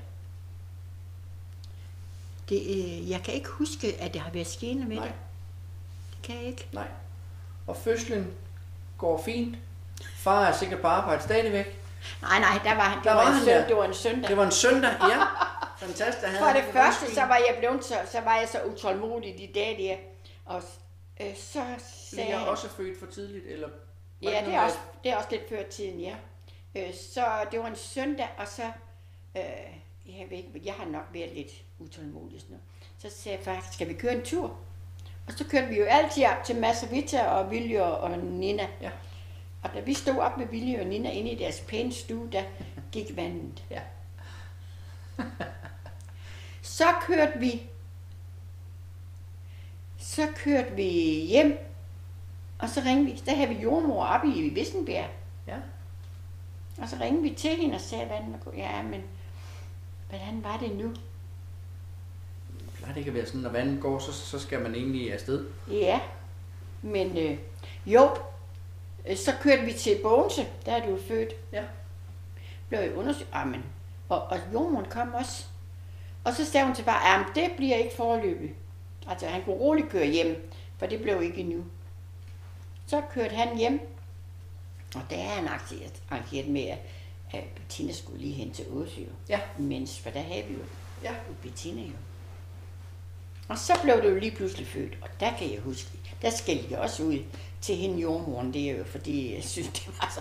Jeg kan ikke huske, at det har været skændende med det. Det kan jeg ikke. Nej. Og fødslen går fint. Far er sikkert på arbejde stadigvæk. Nej, det var en søndag. Det var en søndag, ja. Fantastisk. For det første, så var jeg så utålmodig de dage der. Og så sagde jeg også født for tidligt, eller? Ja, det er også lidt før tiden, ja. Så det var en søndag, og så, jeg har nok været lidt utålmodig sådan noget. Så sagde jeg faktisk, skal vi køre en tur? Og så kørte vi jo altid op til Mads og Vita og Vilje og Nina. Ja. Og da vi stod op med Vilje og Nina inde i deres pæne stue, der gik vandet. Ja. Så kørte vi hjem, og så ringede vi. Der havde vi jordmor oppe i Vissenbjerg. Ja. Og så ringede vi til hende og sagde, men hvordan var det nu? Det kan være sådan, når vandet går, så skal man egentlig afsted. Ja, men så kørte vi til Bogense, der er du født. Ja. Blev jo undersøgt, og jordmoren kom også. Og så sagde hun til far, det bliver ikke foreløbigt. Altså han kunne roligt køre hjem, for det blev ikke endnu. Så kørte han hjem, og der er han arrangeret med, at Bettina skulle lige hen til Åsø. Ja. For der havde vi jo Bettina jo. Og så blev det jo lige pludselig født, og der kan jeg huske, der skal jeg også ud til hende jordmoren, det er jo fordi, jeg synes, det var så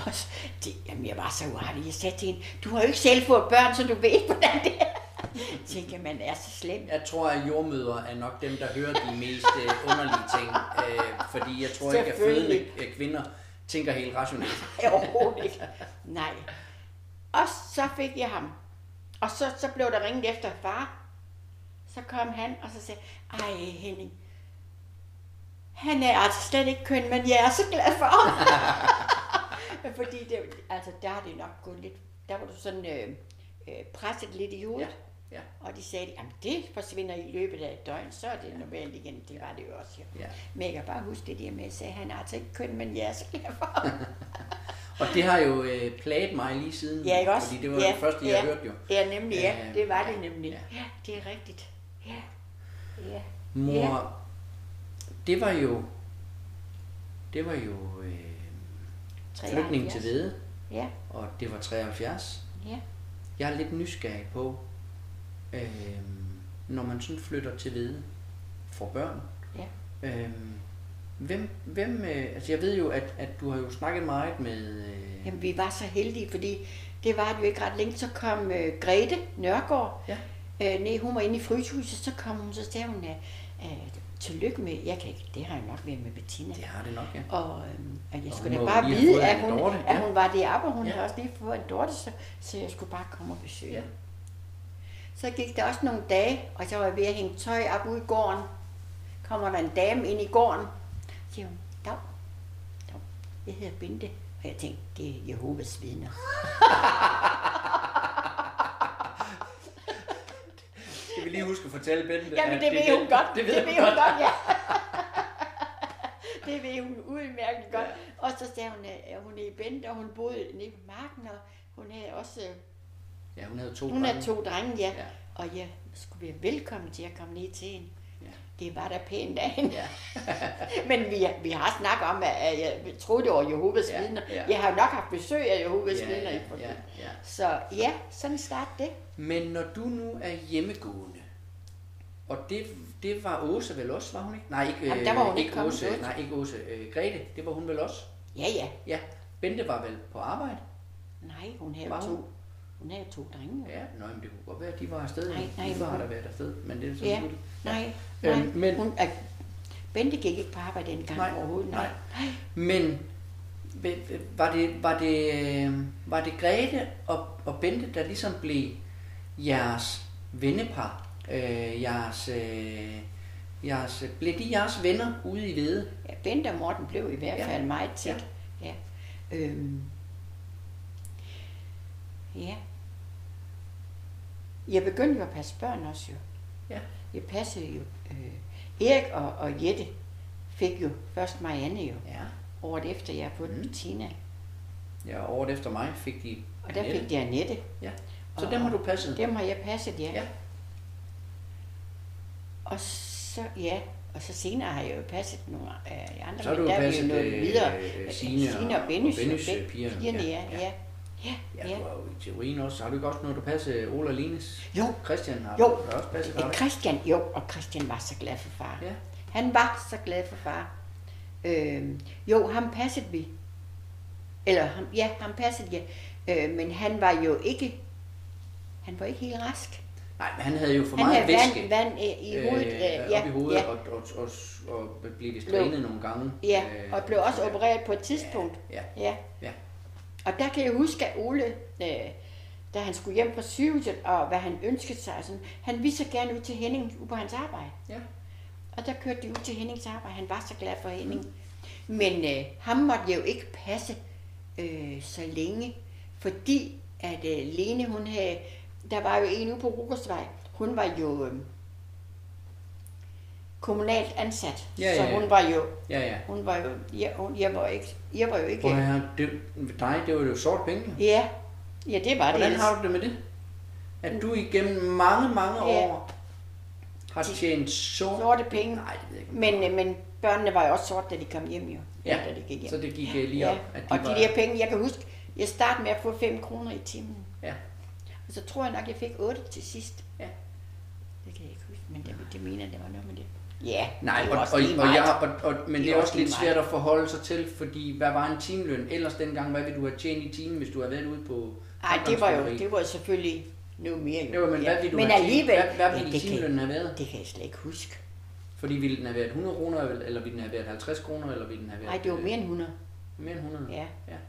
frygteligt. Jamen, jeg var så uartig. Jeg sagde til hende, du har jo ikke selv fået børn, så du ved, hvordan det er. tænker, man er så slem. Jeg tror, at jordmødre er nok dem, der hører de mest underlige ting. Fordi jeg tror ikke, at fødende kvinder tænker helt rationelt. Overhovedet ikke. Nej. Og så fik jeg ham. Og så blev der ringet efter far. Så kom han, og så sagde ej Henning, han er altså slet ikke køn, men jeg er så glad for ham. Fordi det, altså, der har det nok gået lidt, der var du sådan presset lidt i hovedet. Ja. Og de sagde, at det forsvinder i løbet af et døgn, så er det normalt igen. Det var det jo også. Ja. Men jeg kan bare huske det der med, at jeg sagde, han er altså ikke køn, men jeg er så glad for ham. Og det har jo plaget mig lige siden, ja, ikke også? Fordi det var det første, jeg hørte jo. Ja, nemlig, ja. Det var det nemlig. Ja, det er rigtigt. Ja. Mor, det var jo flytning til Væde, og det var 73. Ja. Jeg er lidt nysgerrig på, når man sådan flytter til Væde for børn. Ja. Hvem altså jeg ved jo, at du har jo snakket meget med... Jamen, vi var så heldige, fordi det var det jo ikke ret længe, så kom Grete Nørgaard. Ja. Hun var inde i Fryshuset, så kom hun, så sagde hun, tillykke med, jeg kan ikke, det har jeg nok været med Bettina. Det har det nok, ja. Og jeg skulle da bare vide, at hun var deroppe, og hun havde også lige fået en dorte, så jeg skulle bare komme og besøge. Ja. Så gik der også nogle dage, og så var jeg ved at hænge tøj op ude i gården. Kommer der en dame ind i gården, så siger hun, Dag, jeg hedder Bente. Og jeg tænkte, det er Jehovas vidner. Det vil lige huske at fortælle Bente. Jamen det ved hun godt. Det ved hun godt, ja. Det ved hun udmærket godt. Og så sagde hun, at hun er i Bente, og hun boede nede på marken, og hun havde også... Ja, hun havde 2 drenge. Hun havde 2 drenge, ja. Og jeg skulle være velkommen til at komme ned til hende. Det var da pænt af hende. Ja. Men vi har snakket om, at jeg troede, det var Jehovas vidner. Jeg har jo nok haft besøg af Jehovas vidner i forløbet. Så ja, sådan startede det. Men når du nu er hjemmegående, og det var Åse vel også, var hun ikke? Nej, ikke, jamen, der var hun ikke Åse. Nej, ikke Åse. Grete, det var hun vel også? Ja. Bente var vel på arbejde? Nej, hun havde 2. Hun havde 2 drenge. Ja, men det kunne godt være, at de var afsted. Nej, de var der været afsted, men det er sådan muligt. Nej. Men Bente gik ikke på arbejde dengang overhovedet. Nej. Men var det Grete og Bente, der ligesom blev jeres vennepar? Blev de jeres venner ude i Væde? Ja, Bente og Morten blev i hvert fald meget tæt. Ja. Ja. Jeg begyndte jo at passe børn også jo. Ja. Jeg passede jo. Erik og Jette fik jo først Marianne jo. Ja. Året efter jeg har fået Bettina. Ja, året efter mig fik de og der fik de Annette. Ja. Så dem har du passet? Dem har jeg passet, ja. Og så senere har jeg jo passet nogle andre. Så har du passet Signe og Bennys pigerne. Ja, du har jo i teorien også. Har du ikke også noget, du passer Ole og Lines? Jo. Christian har du også passet dig? Og Christian var så glad for far. Ja. Han var så glad for far. Ham passede vi. Ham passede jeg. Men han var jo ikke helt rask. Nej, men han havde jo for meget væske. Vand i hovedet. Op i hovedet og blev vist drænet nogle gange. Ja, og blev også opereret på et tidspunkt. Ja. Og der kan jeg huske, at Ole, da han skulle hjem fra sygehuset, og hvad han ønskede sig, sådan, han ville så gerne ud til Henning ude på hans arbejde. Ja. Og der kørte de ud til Hennings arbejde. Han var så glad for Henning. Men ham måtte jeg jo ikke passe så længe, fordi at Lene, hun havde, der var jo en ude på Rugersvej, hun var jo kommunalt ansat, så hun var jo, hun var jo, jeg var jo ikke. Det var jo sort penge. Ja, det var det. Hvordan har du det med det? At du igennem mange år har tjent sorte penge. Nej, det ved jeg ikke. Men børnene var jo også sorte, da de kom hjem jo. Ja, da de gik hjem. Så det gik lige op. At de de der penge, jeg kan huske, jeg startede med at få 5 kroner i timen. Ja. Og så tror jeg nok, jeg fik 8 til sidst. Ja. Det kan jeg ikke huske, men det mener, det var noget med det. Ja, nej, men det er også lidt svært at forholde sig til, fordi hvad var en timeløn? Ellers dengang, hvad ville du have tjent i timen, hvis du havde været ude på... Nej, det var jo selvfølgelig Nu mere jo. Men hvad vil du hvad vil timelønnen have været? Det kan jeg slet ikke huske. Fordi ville den have været 100 kroner, eller ville den have været 50 kroner, eller ville den have været... Nej, det var mere end 100. Mere end 100? Ja.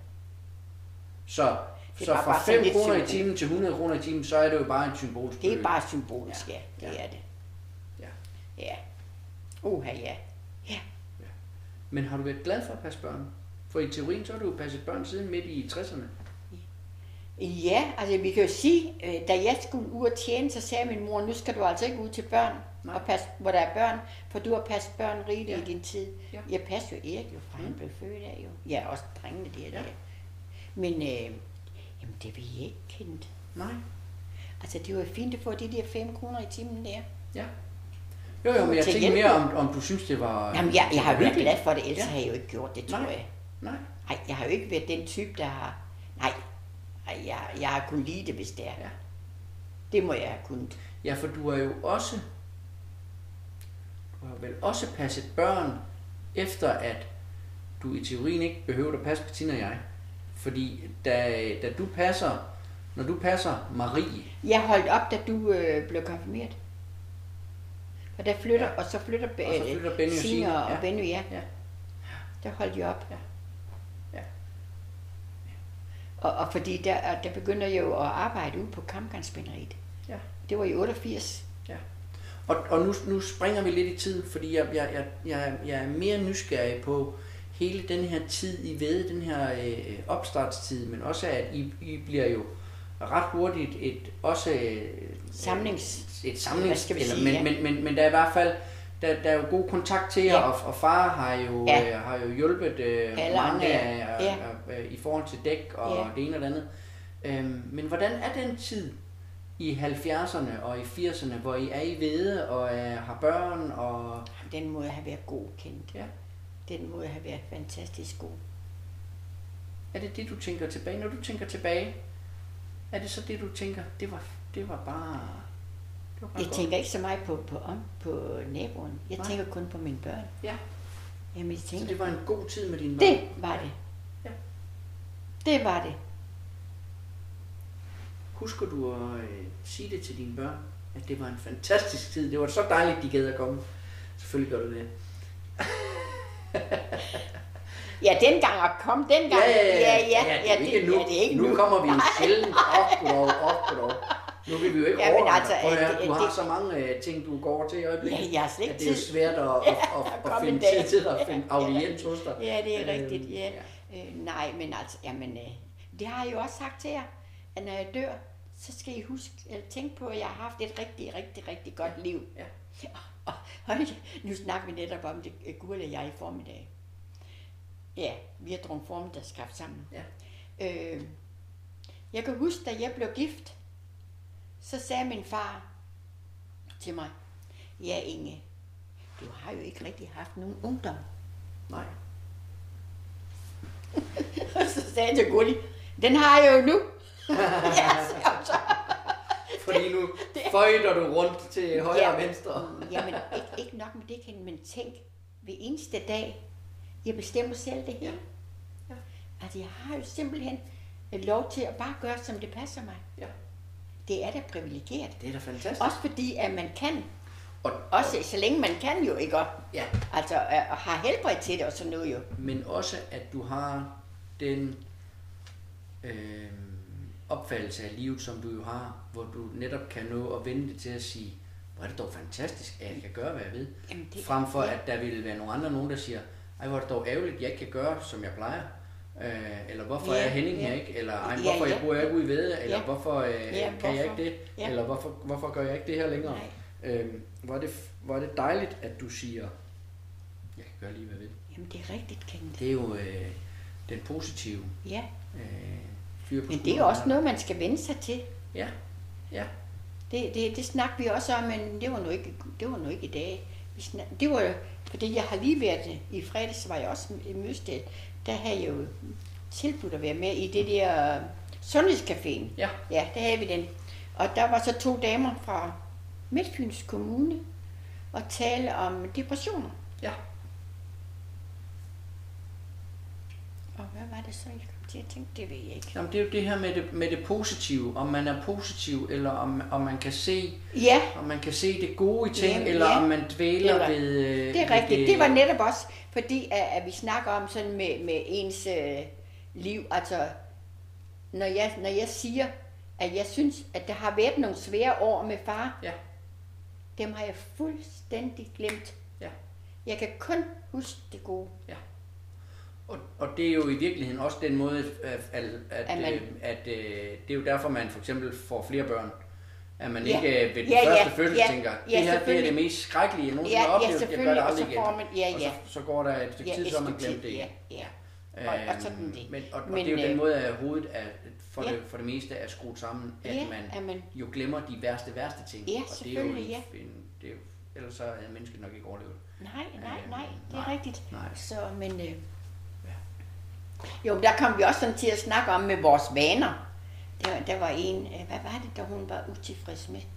Så fra 5 kroner i timen til 100 kroner i timen, så er det jo bare en symbolsk beløb. Det er bare symbolisk, ja. Det er det. Ja. Ja. Men har du været glad for at passe børn? For i teorien, så har du jo passet børn siden midt i 60'erne. Ja, altså vi kan jo sige, da jeg skulle ud og tjene, så sagde min mor, nu skal du altså ikke ud til børn, og passe, hvor der er børn, for du har passet børn rigeligt i din tid. Ja. Jeg passede jo Erik, fra han blev født af jo. Ja, også drengene der. Men jamen, det vil jeg ikke kende. Nej. Altså det var fint at få de der 5 kroner i timen der. Ja. Jo, men jeg tænker mere om du synes, det var... Jamen, jeg har jo været glad for det, ellers har jeg jo ikke gjort det, tror jeg. Nej, jeg har jo ikke været den type, der har... Nej, jeg har kunnet lide det, hvis det er. Ja. Det må jeg have kunnet. Ja, for du har jo også... Du har vel også passet børn, efter at du i teorien ikke behøver at passe Bettina og jeg. Fordi da du passer... Når du passer Marie... Jeg holdt op, da du blev konfirmeret. Og der flytter, og så flytter Benny Signe og Benny, ja. Der holdt jeg op. Ja. Og fordi der begynder jeg jo at arbejde ude på Kampgarnsspænderiet. Ja. Det var i 88. Ja. Og nu springer vi lidt i tid, fordi jeg er mere nysgerrig på hele den her tid i Vædde, den her opstartstid, men også at I bliver jo ret hurtigt et samlingsspil, men der er i hvert fald der er jo god kontakt til jer, og far har jo hjulpet mange i forhold til dæk og det ene og det andet. Men hvordan er den tid i 70'erne og i 80'erne, hvor I er i Vædde og har børn? Og den må have været god kendt. Ja. Den må have været fantastisk god. Er det du tænker tilbage? Når du tænker tilbage, er det så det du tænker, det var bare jeg godt. Tænker ikke så meget på naboen. Jeg tænker kun på mine børn. Ja. Jamen, jeg tænker, så det var en god tid med dine børn? Det var det. Ja. Det var det. Husker du at sige det til dine børn, at det var en fantastisk tid? Det var så dejligt, de gad at komme. Selvfølgelig gør du det. Ja, dengang at komme, dengang. Ja, det er ikke nu. Det er ikke nu. Nu kommer vi jo sjældent op. Nu vil vi jo ikke over. Altså, du har så mange ting, du går til i øjeblikket. Ja, jeg har slet ikke tid. Det er jo svært at finde tid til at finde audiens hos dig. Ja, det er rigtigt, ja. Nej, men altså, det har jeg jo også sagt til jer, at når jeg dør, så skal I huske, eller tænke på, at jeg har haft et rigtig godt liv. Ja. Og nu snakker vi netop om det, Gurli og jeg i formiddag. Ja, vi har drukket formiddagskaffe sammen. Ja. Jeg kan huske, da jeg blev gift, så sagde min far til mig, ja Inge, du har jo ikke rigtig haft nogen ungdom. Nej. Og så sagde jeg til Gurli, den har jeg jo nu. Ja, så. Fordi nu føjter du rundt til højre og venstre. Jamen, ikke nok med det, Ken, men tænk, ved eneste dag, jeg bestemmer selv det hele. Ja. Altså, jeg har jo simpelthen lov til at bare gøre, som det passer mig. Ja. Det er da privilegeret. Det er da fantastisk. Også fordi, at man kan. Også så længe man kan jo, ikke? Ja. Altså, og har helbred til det og sådan noget jo. Men også, at du har den opfattelse af livet, som du jo har, hvor du netop kan nå at vende det til at sige, hvor er det dog fantastisk, at jeg kan gøre, hvad jeg ved. Frem for, at der ville være nogen, der siger, ej, hvor er det dog ærgerligt, jeg ikke kan gøre, som jeg plejer. Eller hvorfor er Henning her ikke? Eller hvorfor bor jeg ikke ude i Vædde? Eller hvorfor kan jeg ikke det? Ja. Eller hvorfor gør jeg ikke det her længere? Hvor er det dejligt, at du siger, jeg kan gøre lige, hvad jeg vil. Jamen, det er rigtigt, Kenneth. Det er jo den positive fyr på. Men det er også noget, man skal vende sig til. Ja. Det snakker vi også om, men det var nu ikke i dag. Det var fordi jeg har lige været i fredags, så var jeg også i Møsted. Der havde jeg jo tilbudt at være med i det der sundhedscaféen. Ja. Ja, der havde vi den. Og der var så 2 damer fra Midtfyns Kommune og tale om depressioner. Ja. Og hvad var det så, jeg Jeg tænkte, det ved jeg ikke. Jamen, det er jo det her med det positive, om man er positiv, eller om man kan se, om man kan se det gode i ting, eller om man dvæler ved... Det er rigtigt. Det var netop også, fordi at vi snakker om sådan med ens liv, altså når jeg siger, at jeg synes, at der har været nogle svære år med far, dem har jeg fuldstændig glemt. Ja. Jeg kan kun huske det gode. Ja. Og det er jo i virkeligheden også den måde, at det er jo derfor, man for eksempel får flere børn. At man ikke ved den første fødsel tænker, det her det er det mest skrækkelige, jeg nogensinde har oplevet, jeg gør det aldrig igen. Og så går der et stykke tid, så man glemt det igen. Og sådan det. Og det er jo den måde, at hovedet for det meste er skruet sammen, at man jo glemmer de værste ting. Ja, selvfølgelig, det er jo, ellers så havde mennesket nok ikke overlevet. Nej, det er rigtigt. Så, men... Jo, der kom vi også sådan til at snakke om med vores vaner. Der var en, hvad var det, der hun var utilfreds med?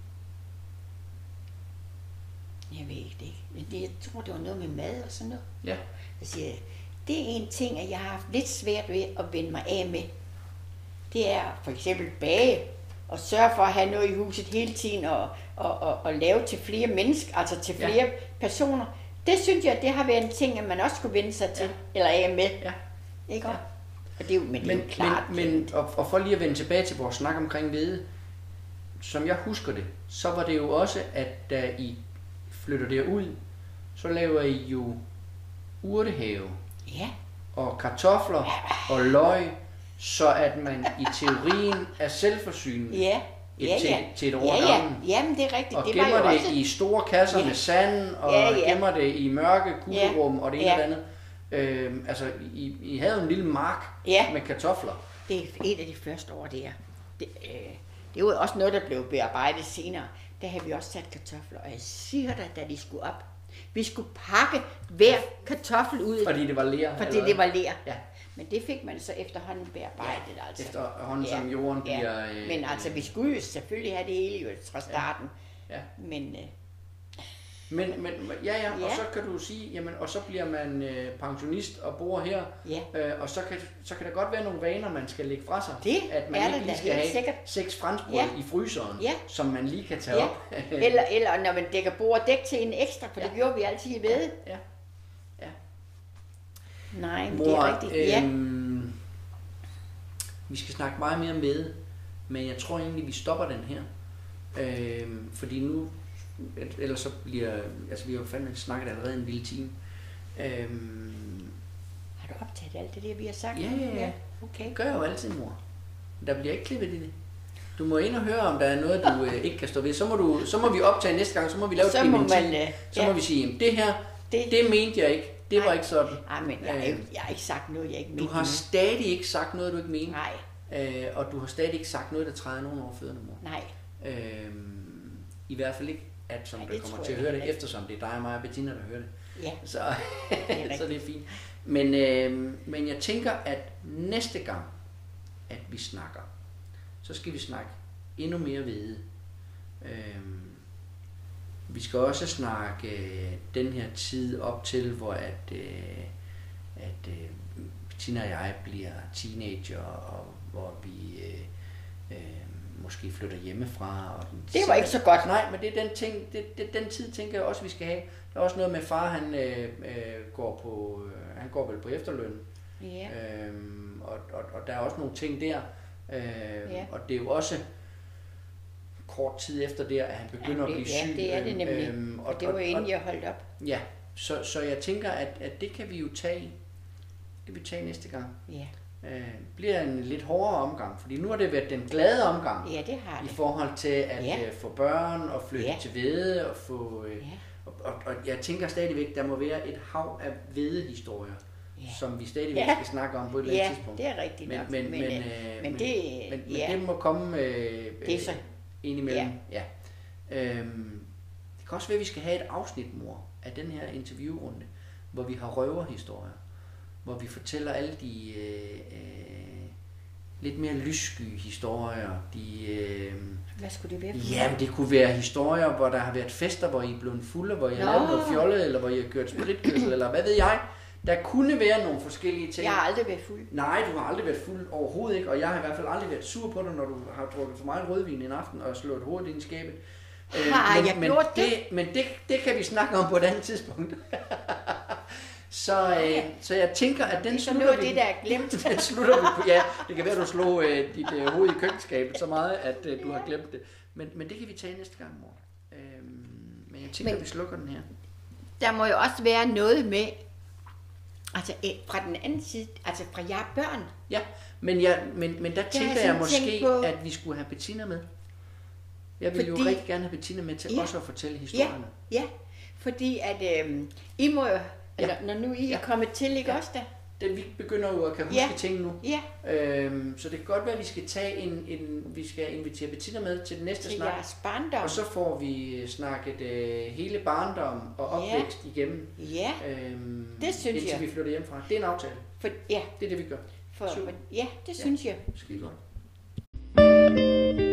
Jeg ved ikke det. Jeg tror, det var noget med mad og sådan noget. Ja. Jeg siger, det er en ting, at jeg har haft lidt svært ved at vende mig af med. Det er for eksempel bage og sørge for at have noget i huset hele tiden og lave til flere mennesker, altså til flere personer. Det synes jeg, det har været en ting, at man også skulle vende sig til, eller af med. Ja. Ikke? Ja. Og det er jo, men det er jo klart. Og for lige at vende tilbage til vores snak omkring hvede, som jeg husker det, så var det jo også, at da I flytter derud, så laver I jo urtehave. Ja. Og kartofler og løg, så at man i teorien er selvforsynende. Til et år gangen. Jamen, det er rigtigt. Og gemmer det i store kasser med sand, og gemmer det i mørke kuglerum og det ene eller andet. Altså, I havde en lille mark med kartofler. Det er et af de første år, det er. Det er jo også noget, der blev bearbejdet senere. Der havde vi også sat kartofler, og jeg siger dig, da de skulle op. Vi skulle pakke hver kartoffel ud. Fordi det var ler? Fordi det var ler. Ja. Men det fik man så efterhånden bearbejdet. Altså. Efterhånden som jorden bliver... Men altså, vi skulle jo selvfølgelig have det hele jo fra starten. Ja. Men og så kan du sige, jamen, og så bliver man pensionist og bor her, og så kan der godt være nogle vaner, man skal lægge fra sig. Det at man ikke lige skal have 6 franskbrød i fryseren, som man lige kan tage op. eller når man dækker bord og dæk til en ekstra, for det gjorde vi altid i hvede. Ja. Nej, men mor, det er rigtigt. Vi skal snakke meget mere om hvede, men jeg tror egentlig, vi stopper den her. Fordi nu ellers så bliver... Altså, vi har jo fandme snakket allerede en lille time. Har du optaget alt det, vi har sagt? Ja. Okay. Det gør jeg jo altid, mor. Der bliver ikke klippet i det. Du må ind og høre, om der er noget, du ikke kan stå ved. Så må vi optage næste gang, så må vi lave et dementi. Så må vi sige, det her, det mente jeg ikke. Det var ikke sådan. Nej, men jeg har ikke sagt noget, jeg ikke mente. Du har stadig ikke sagt noget, du ikke mente. Nej. Og du har stadig ikke sagt noget, der træder nogen over fødderne, mor. Nej. I hvert fald ikke, at som der kommer til at høre det, eftersom det er dig og mig og Bettina, der hører det. Ja. Så det er fint. Men jeg tænker, at næste gang, at vi snakker, så skal vi snakke endnu mere hvede. Vi skal også snakke den her tid op til, hvor at Bettina og jeg bliver teenager, og hvor vi måske flytter hjemmefra. Og det var ikke så godt. Nej, men det er den ting, den tid tænker jeg også, vi skal have. Der er også noget med far, han går vel på efterløn. Ja. Og der er også nogle ting der. Og det er jo også kort tid efter det, at han begynder at blive syg. Ja, det er det nemlig. Og det var inden jeg holdt op. Ja, så jeg tænker, at det kan vi jo tage. Det vil vi tage næste gang. Ja. Bliver en lidt hårdere omgang, fordi nu har det været den glade omgang. Ja, det har det. I forhold til at få børn og flytte til hvede og få... Og jeg tænker stadigvæk, der må være et hav af hvedehistorier, som vi stadigvæk skal snakke om på et eller andet tidspunkt. Ja, det er rigtigt nok. Men det må komme indimellem. Ja. Det kan også være, at vi skal have et afsnit, mor, af den her interviewrunde, hvor vi har røverhistorier, hvor vi fortæller alle de lidt mere lyssky historier. Hvad skulle det være? Jamen, det kunne være historier, hvor der har været fester, hvor I er blevet fulde, hvor I har lavet noget fjollet, eller hvor I har kørt spritkørsel, eller hvad ved jeg. Der kunne være nogle forskellige ting. Jeg har aldrig været fuld. Nej, du har aldrig været fuld overhovedet ikke, og jeg har i hvert fald aldrig været sur på dig, når du har drukket for meget rødvin en aften og slået hovedet ind i skabet. Har jeg gjort det? Men det kan vi snakke om på et andet tidspunkt. Så jeg tænker, at den slutter vi. Det der er glemt. Den slutter vi på. Ja, det kan være, at du slog dit hoved i køkkenskabet så meget, at du har glemt det. Men det kan vi tage næste gang, mor. Men jeg tænker, at vi slukker den her. Der må jo også være noget med, altså fra den anden side, altså fra jer børn. Ja, men der tænker jeg måske, at vi skulle have Bettina med. Jeg vil jo rigtig gerne have Bettina med til også at fortælle historierne. Ja, fordi at I må jo, når nu I er kommet til, ikke også da? Vi begynder jo at kan huske ting nu. Ja. Så det kan godt være, at vi skal tage vi skal invitere Bettina med til den næste snak. Jeres barndom. Og så får vi snakket hele barndom og opvækst igennem. Ja, det synes jeg. Indtil vi flytter hjemmefra. Det er en aftale. Det er det, vi gør. Det synes jeg. Skide godt.